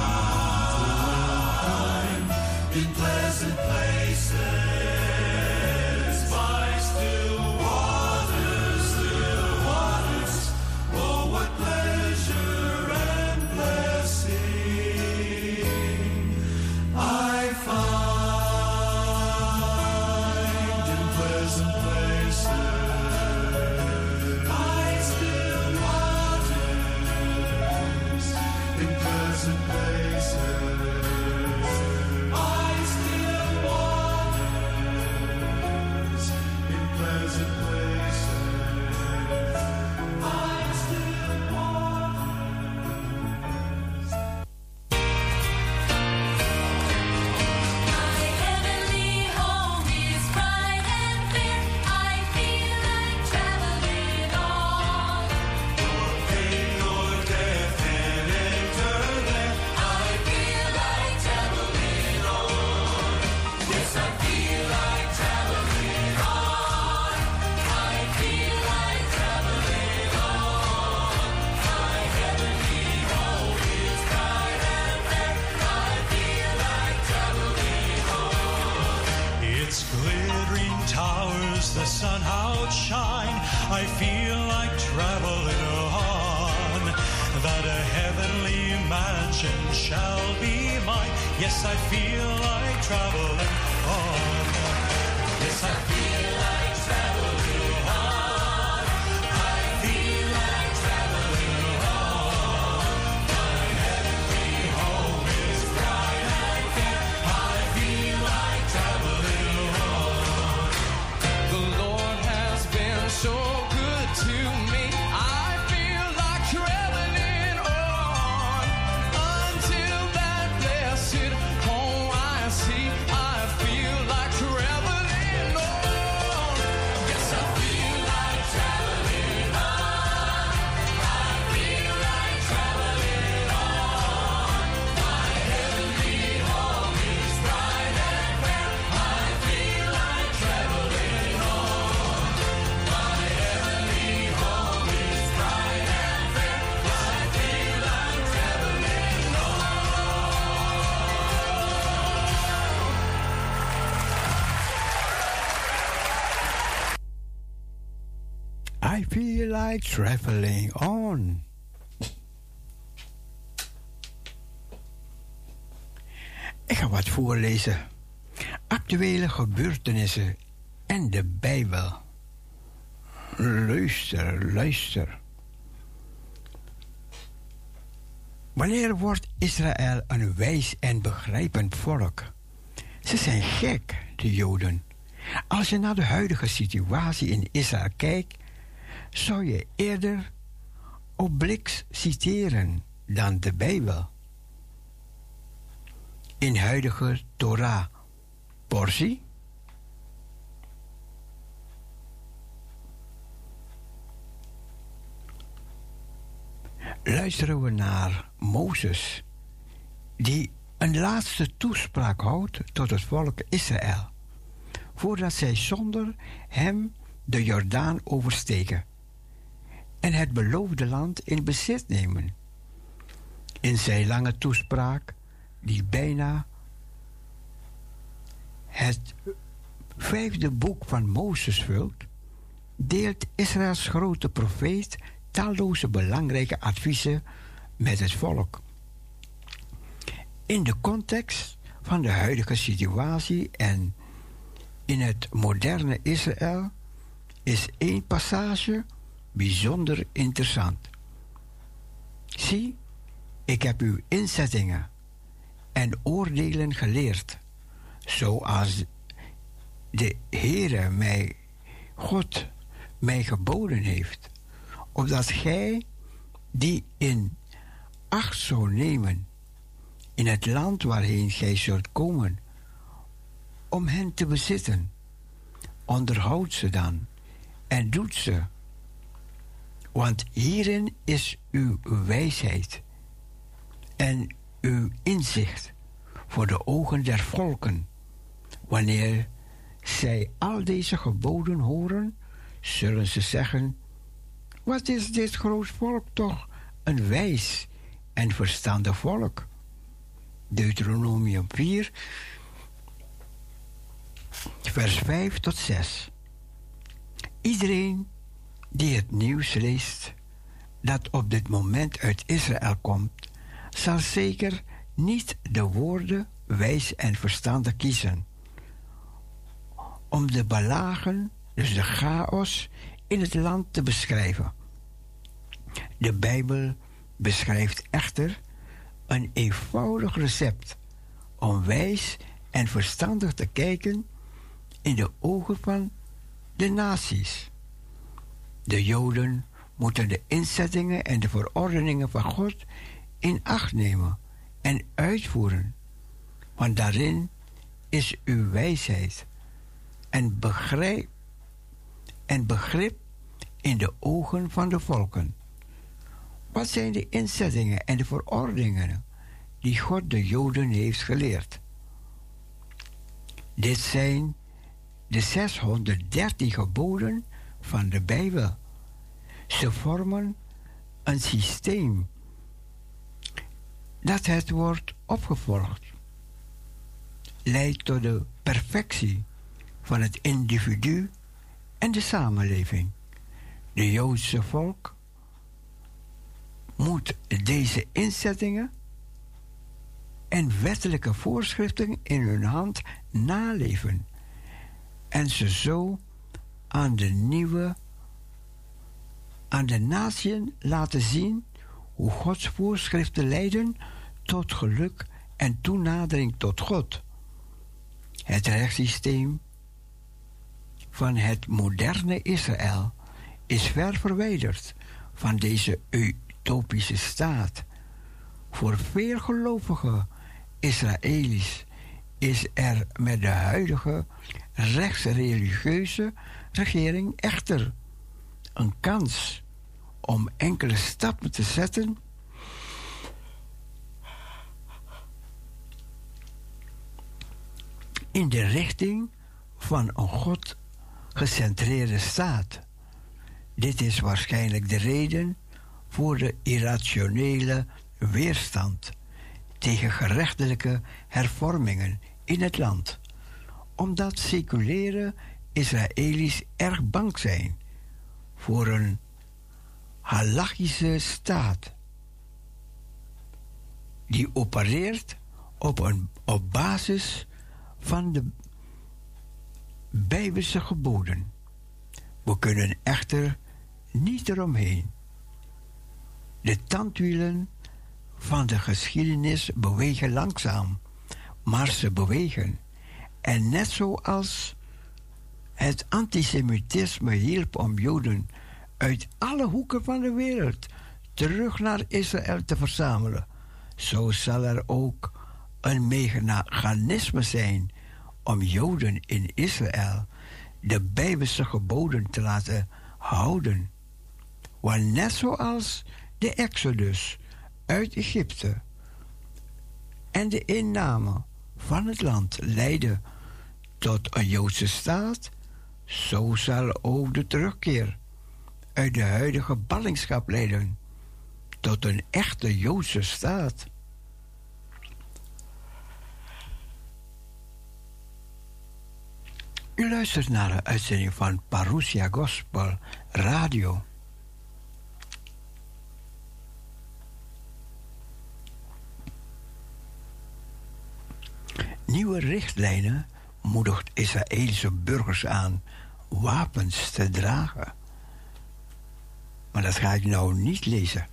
kind. In pleasant places, by still waters, oh, what pleasure and blessing I find in pleasant places, by still waters, in pleasant places, by still waters, in pleasant places, by still waters. My heavenly home is bright and fair. I feel like traveling on. Nor pain nor death can enter there. I feel like traveling on. Yes, I feel like traveling on. I feel like traveling on. My heavenly home is bright and fair. I feel like traveling on. Its glittering towers, the sun outshine. I feel like traveling on. That a heavenly mansion shall be mine. Yes, I feel like traveling on. Yes, I feel like traveling on. I feel like traveling on. My heavenly home is bright and fair. I feel like traveling on. The Lord has been so good to me. I feel like traveling on until that blessed home I see. I feel like I feel like traveling on. Ik ga wat voorlezen. Actuele gebeurtenissen en de Bijbel. Luister, luister. Wanneer wordt Israël een wijs en begrijpend volk? Ze zijn gek, de Joden. Als je naar de huidige situatie in Israël kijkt, zou je eerder Obelix citeren dan de Bijbel. In huidige Torah-portie luisteren we naar Mozes, die een laatste toespraak houdt tot het volk Israël, voordat zij zonder hem de Jordaan oversteken en het beloofde land in bezit nemen. In zijn lange toespraak, die bijna het 5e boek van Mozes vult, deelt Israëls grote profeet talloze belangrijke adviezen met het volk. In de context van de huidige situatie en in het moderne Israël is één passage bijzonder interessant. Zie, ik heb uw inzettingen en oordelen geleerd, zoals de Heere mij, God, mij geboden heeft, opdat gij die in acht zou nemen in het land waarheen gij zult komen, om hen te bezitten. Onderhoud ze dan en doet ze, want hierin is uw wijsheid en uw inzicht voor de ogen der volken. Wanneer zij al deze geboden horen, zullen ze zeggen: wat is dit groot volk toch een wijs en verstandig volk? Deuteronomium 4, vers 5 tot 6. Iedereen die het nieuws leest dat op dit moment uit Israël komt, zal zeker niet de woorden wijs en verstandig kiezen om de belagen, dus de chaos in het land te beschrijven. De Bijbel beschrijft echter een eenvoudig recept om wijs en verstandig te kijken in de ogen van de naties. De Joden moeten de inzettingen en de verordeningen van God in acht nemen en uitvoeren, want daarin is uw wijsheid en begrip in de ogen van de volken. Wat zijn de inzettingen en de verordeningen die God de Joden heeft geleerd? Dit zijn de 613 geboden van de Bijbel. Ze vormen een systeem dat het wordt opgevolgd, leidt tot de perfectie van het individu en de samenleving. De Joodse volk moet deze inzettingen en wettelijke voorschriften in hun hand naleven en ze zo aan de natieën laten zien hoe Gods voorschriften leiden tot geluk en toenadering tot God. Het rechtssysteem van het moderne Israël is ver verwijderd van deze utopische staat. Voor veel gelovige Israëli's is er met de huidige rechtsreligieuze regering echter een kans om enkele stappen te zetten in de richting van een God-gecentreerde staat. Dit is waarschijnlijk de reden voor de irrationele weerstand tegen gerechtelijke hervormingen in het land, omdat seculiere Israëli's erg bang zijn voor een halachische staat die opereert op basis van de Bijbelse geboden. We kunnen echter niet eromheen. De tandwielen van de geschiedenis bewegen langzaam, maar ze bewegen. En net zoals het antisemitisme hielp om Joden uit alle hoeken van de wereld terug naar Israël te verzamelen, zo zal er ook een mechanisme zijn om Joden in Israël de Bijbelse geboden te laten houden. Want net zoals de Exodus uit Egypte en de inname van het land leidde tot een Joodse staat, zo zal ook de terugkeer uit de huidige ballingschap leiden tot een echte Joodse staat. U luistert naar de uitzending van Parousia Gospel Radio. Nieuwe richtlijnen moedigt Israëlische burgers aan wapens te dragen. Maar dat ga ik nou niet lezen.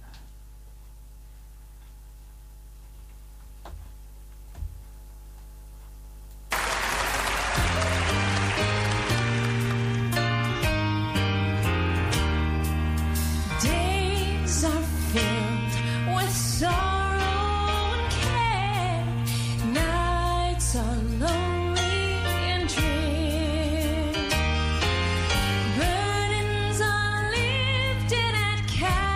Days are filled with sorrow and care. Nights are lonely and drear. Burdens are lifted at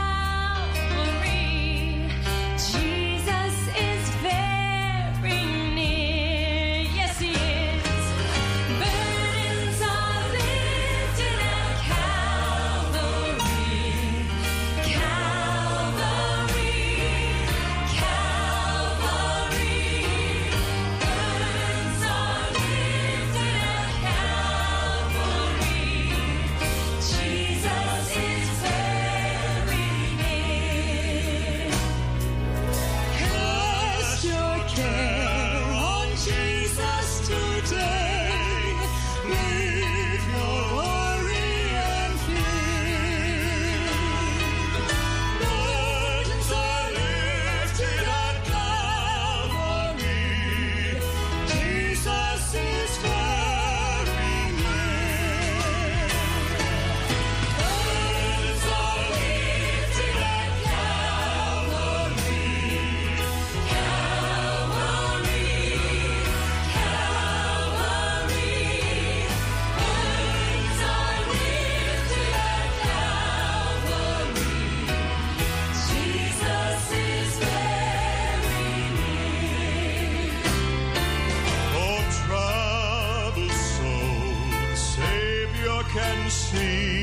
Calvary. Jesus is very near. Yes, He is. Burdens are lifted at Calvary. Calvary, Calvary. Burdens are lifted at Calvary. Jesus is very near. Cast your care on Jesus today. Leave your worry and fear. Burdens are lifted at Calvary. Jesus is very near. Burdens are lifted at Calvary. Calvary, Calvary. Burdens are lifted at Calvary. Jesus is very near. Oh, troubled soul, the Savior can see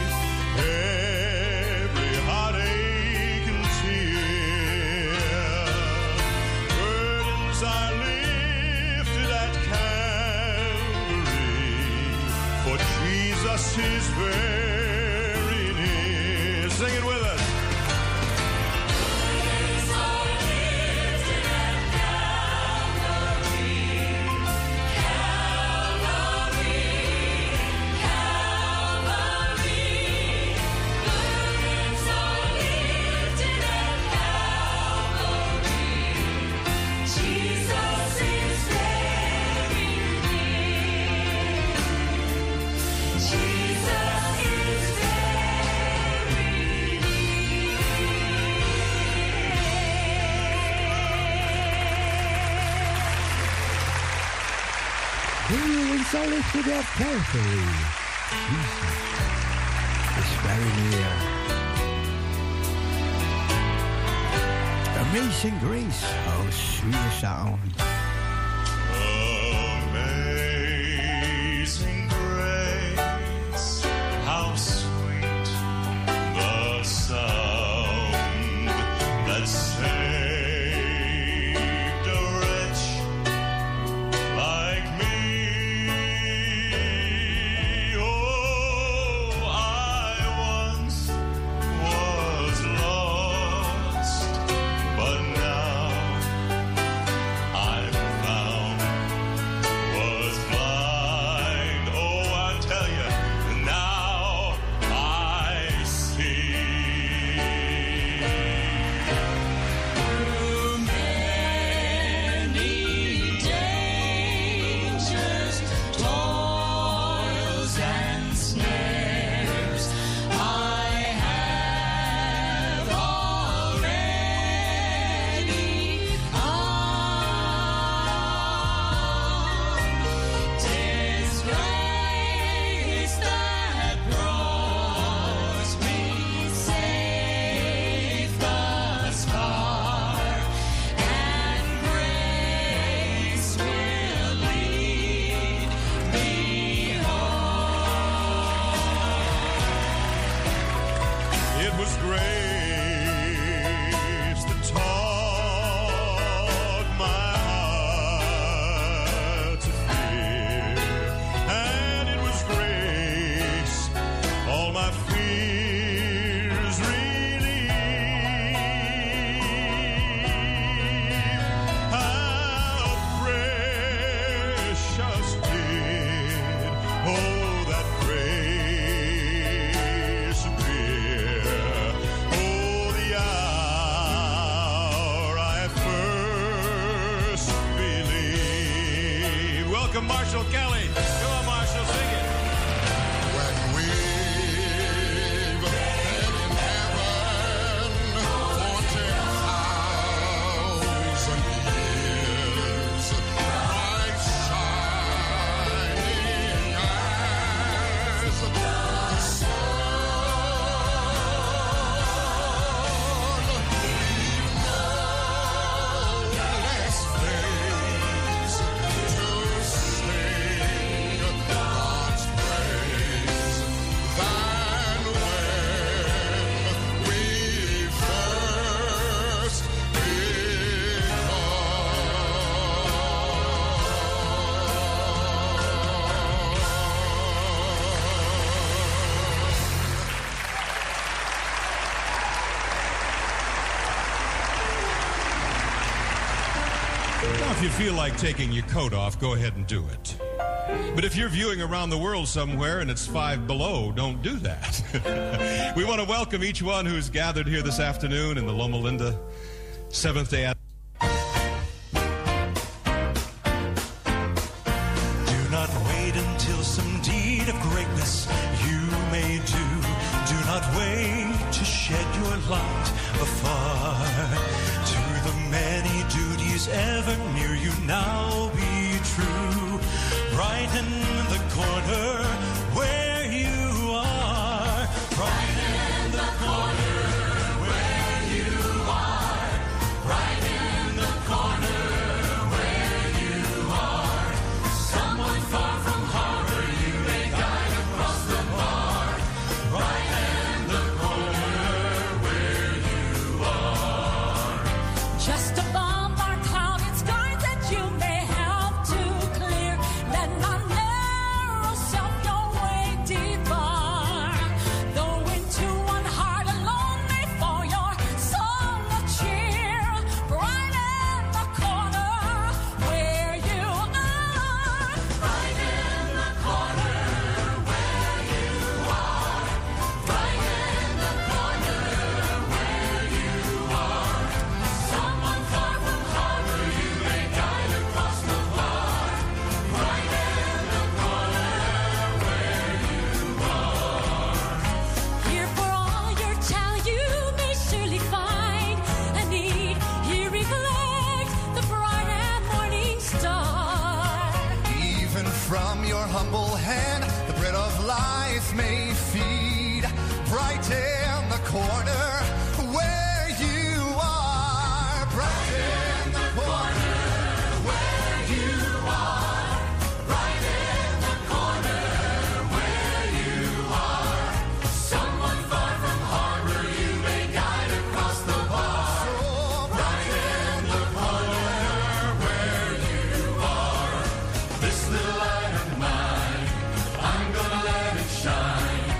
every heartache and tear. Burdens are lifted at Calvary, for Jesus is very near. Sing it with us. Burdens are lifted at Calvary. Calvary, Calvary. Burdens are lifted at Calvary. Jesus is very near. Jesus is Burdens are lifted at Calvary. Jesus is very near. Amazing grace, how sweet the sound. Amazing grace, how sweet the sound that saved a wretch like me. Oh, I Marshall Kelly. Come on, Marshall, sing it. When we've been in heaven for 10,000 years, bright shining as the sun, we've no less days to sing God's praise than when we first Now, if you feel like taking your coat off, go ahead and do it. But if you're viewing around the world somewhere and it's 5 below, don't do that. We want to welcome each one who's gathered here this afternoon in the Loma Linda Seventh-day Do not wait until some deed of greatness you may do. Do not wait to shed your light afar. To the many duties ever near you now be true. Right in the corner where you are. Right in the corner where you are. Right in the corner where you are. Someone far from harbor you may guide across the bar. Right in the corner where you are. Just above our clouded skies that you may have to clear. Let not narrow self your way debar. Though into one heart alone may fall your song of cheer. Right in the corner where you are. Right in the corner where you are. Right in the corner where you are. Someone far from harbor you may guide across the bar. Right in the corner where you are. Here for all your child you may surely find a need. Here reflect the bright and morning star. even from your humble hand, the bread of life may feed. Bright in the corner where you are. Bright in the corner where you are. Bright in the corner where you are. Someone far from harbor you may guide across the bar. Bright in the corner where you are. This little light of mine, I'm gonna let it shine.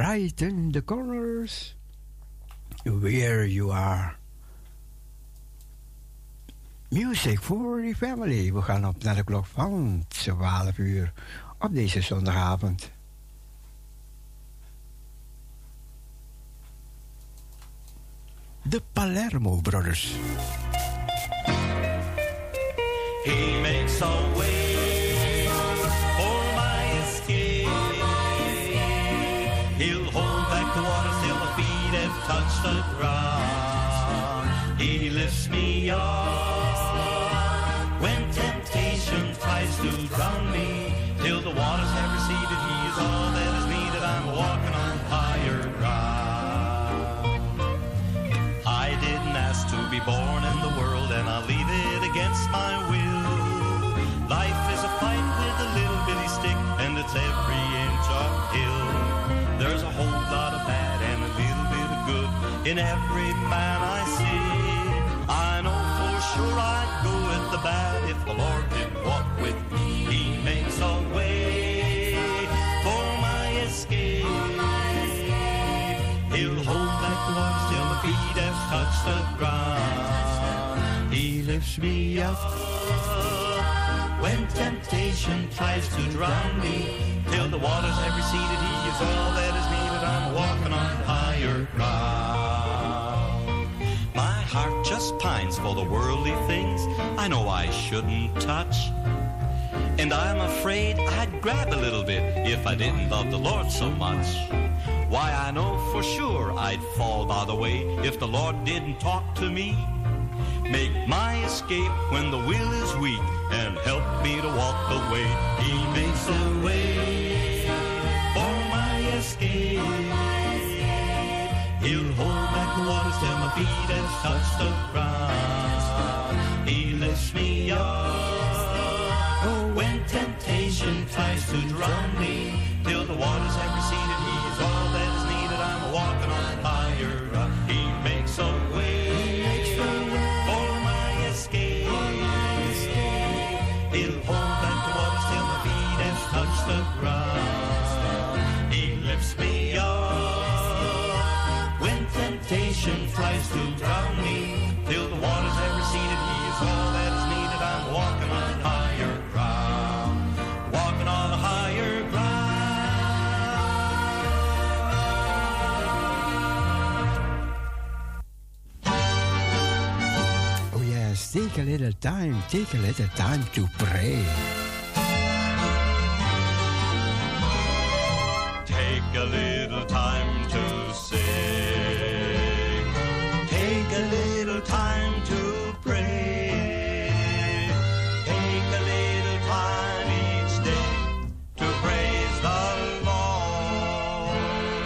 Brighten the corners where you are. Music for the family. We gaan op naar de klok van 12 uur op deze zondagavond. De Palermo Brothers. He makes a way for my escape. He'll hold back the water till my feet have touched the ground. He lifts me up when temptation tries to drown me. Till the waters have receded, he is all that is needed. I'm walking on higher ground. I didn't ask to be born in the world, and I'll leave it against my will. Life is a fight with a little bitty stick, and it's every inch uphill. There's a whole lot of bad and a little bit of good in every man I see. I know for sure I'd go with the bad if the Lord did walk with me. He makes a way for my escape. He'll hold back the waters till my feet have touched the ground. He lifts me up when temptation tries to drown me. Till the waters have receded, he is all that is needed. I'm walking on higher ground. My heart just pines for the worldly things I know I shouldn't touch. And I'm afraid I'd grab a little bit if I didn't love the Lord so much. Why, I know for sure I'd fall by the way if the Lord didn't talk to me. Make my escape when the will is weak and help me to walk the way. He makes a way for my escape. He'll hold back the waters till my feet have touched the ground. He lifts me up when temptation tries to drown me. Till the waters have receded, he is all that is needed. I'm walking on higher ground. He makes a way. He'll hold back the waters till my feet have touched the ground. He lifts me up when temptation tries to drown me. Till the waters have receded, he is all that is needed. I'm walking on higher ground. Walking on a higher ground. Oh yes, take a little time to pray. Take a little time to sing. Take a little time to pray. Take a little time each day to praise the Lord.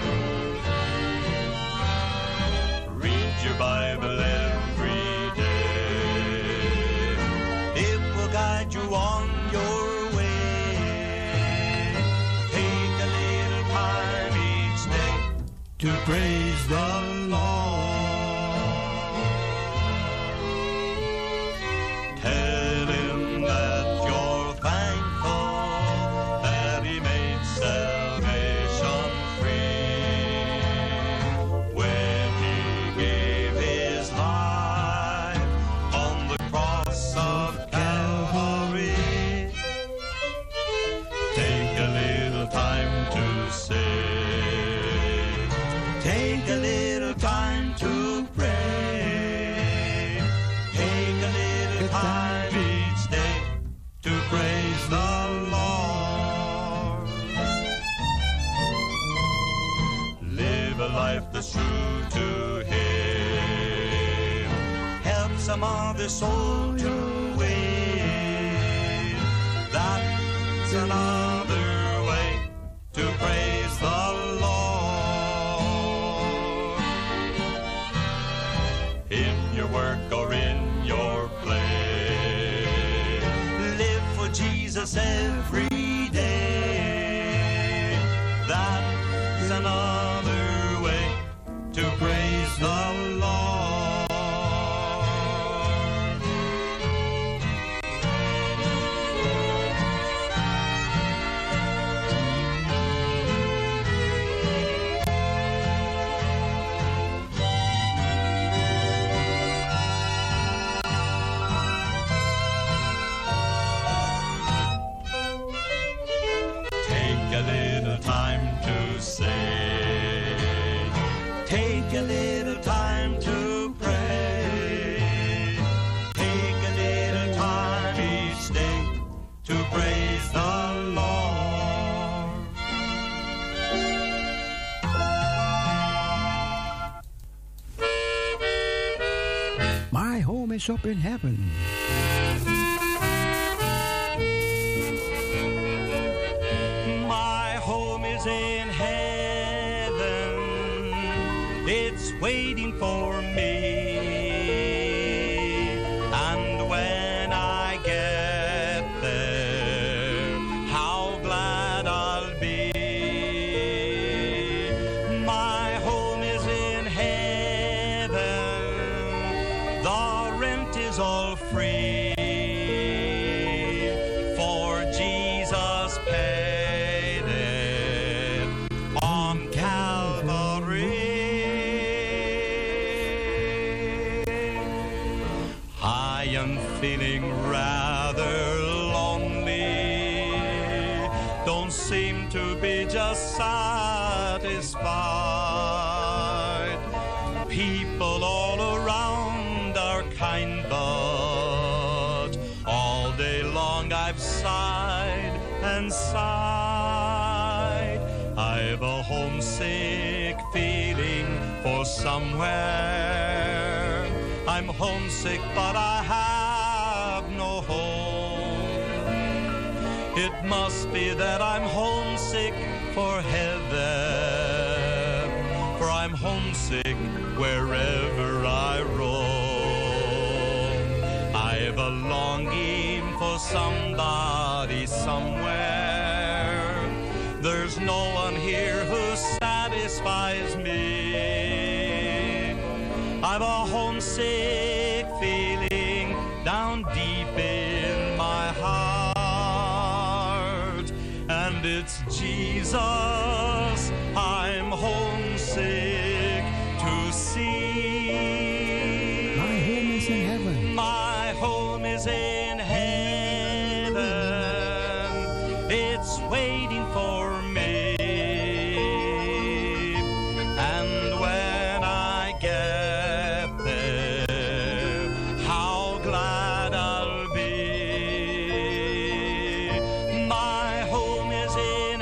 Read your Bible every day. It will guide you on your way. Take a little time each day to praise the Lord. Tell him that you're thankful that he made salvation free when he gave his life on the cross of Calvary. Take a little time to say, take a little time to pray. Take a little time each day to praise the Lord. Live a life that's true to Him. Help some other soul to win. That's another way to praise the Lord. In your work or in your play, live for Jesus every day. That's another way to praise the Lord. home is up in heaven. My home is in heaven. It's waiting for me. And when I get there, how glad I'll be. My home is in heaven. The rent is all free. For Jesus paid it on Calvary. I am feeling rather lonely. Don't seem to be just satisfied. People all around are kind, but all day long I've sighed and sighed. I've a homesick feeling for somewhere. I'm homesick, but I have no home. It must be that I'm homesick for heaven, for I'm homesick wherever I roam. I've a longing for somebody somewhere. There's no one here who satisfies me. I've a homesick feeling down deep in my heart, and it's Jesus I'm homesick to see. My home is in heaven. My home is in heaven. It's waiting for me. And when I get there, how glad I'll be. My home is in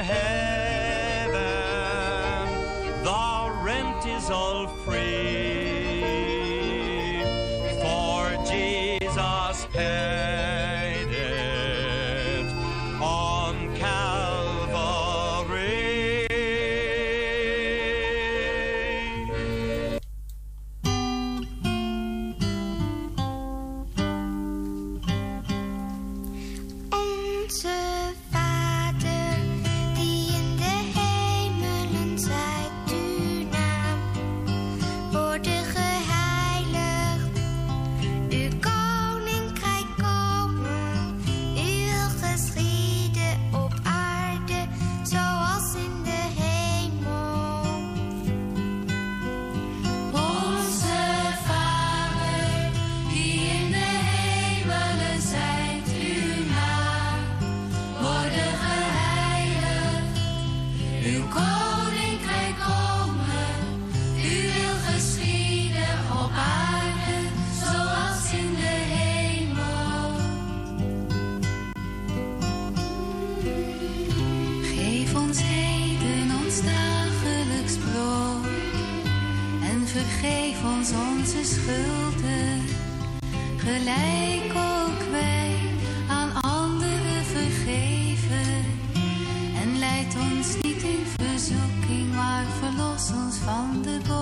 heaven. The rent is all free. For Jesus paid it on Calvary. Onze Vader, die in de hemelen zijt, uw naam worden geheiligd. Uw koninkrijk komen, uw wil geschieden op aarde, zoals in de hemel. Onze Vader, die in de hemelen zijt, uw naam worden geheiligd. Uw koninkrijk komen, uw wil geschieden op aarde, zoals in de hemel. Geef ons heden ons dagelijks brood en vergeef ons onze schulden, gelijk ook wij aan anderen vergeven. En leid ons niet in verzoeking, maar verlos ons van de boze.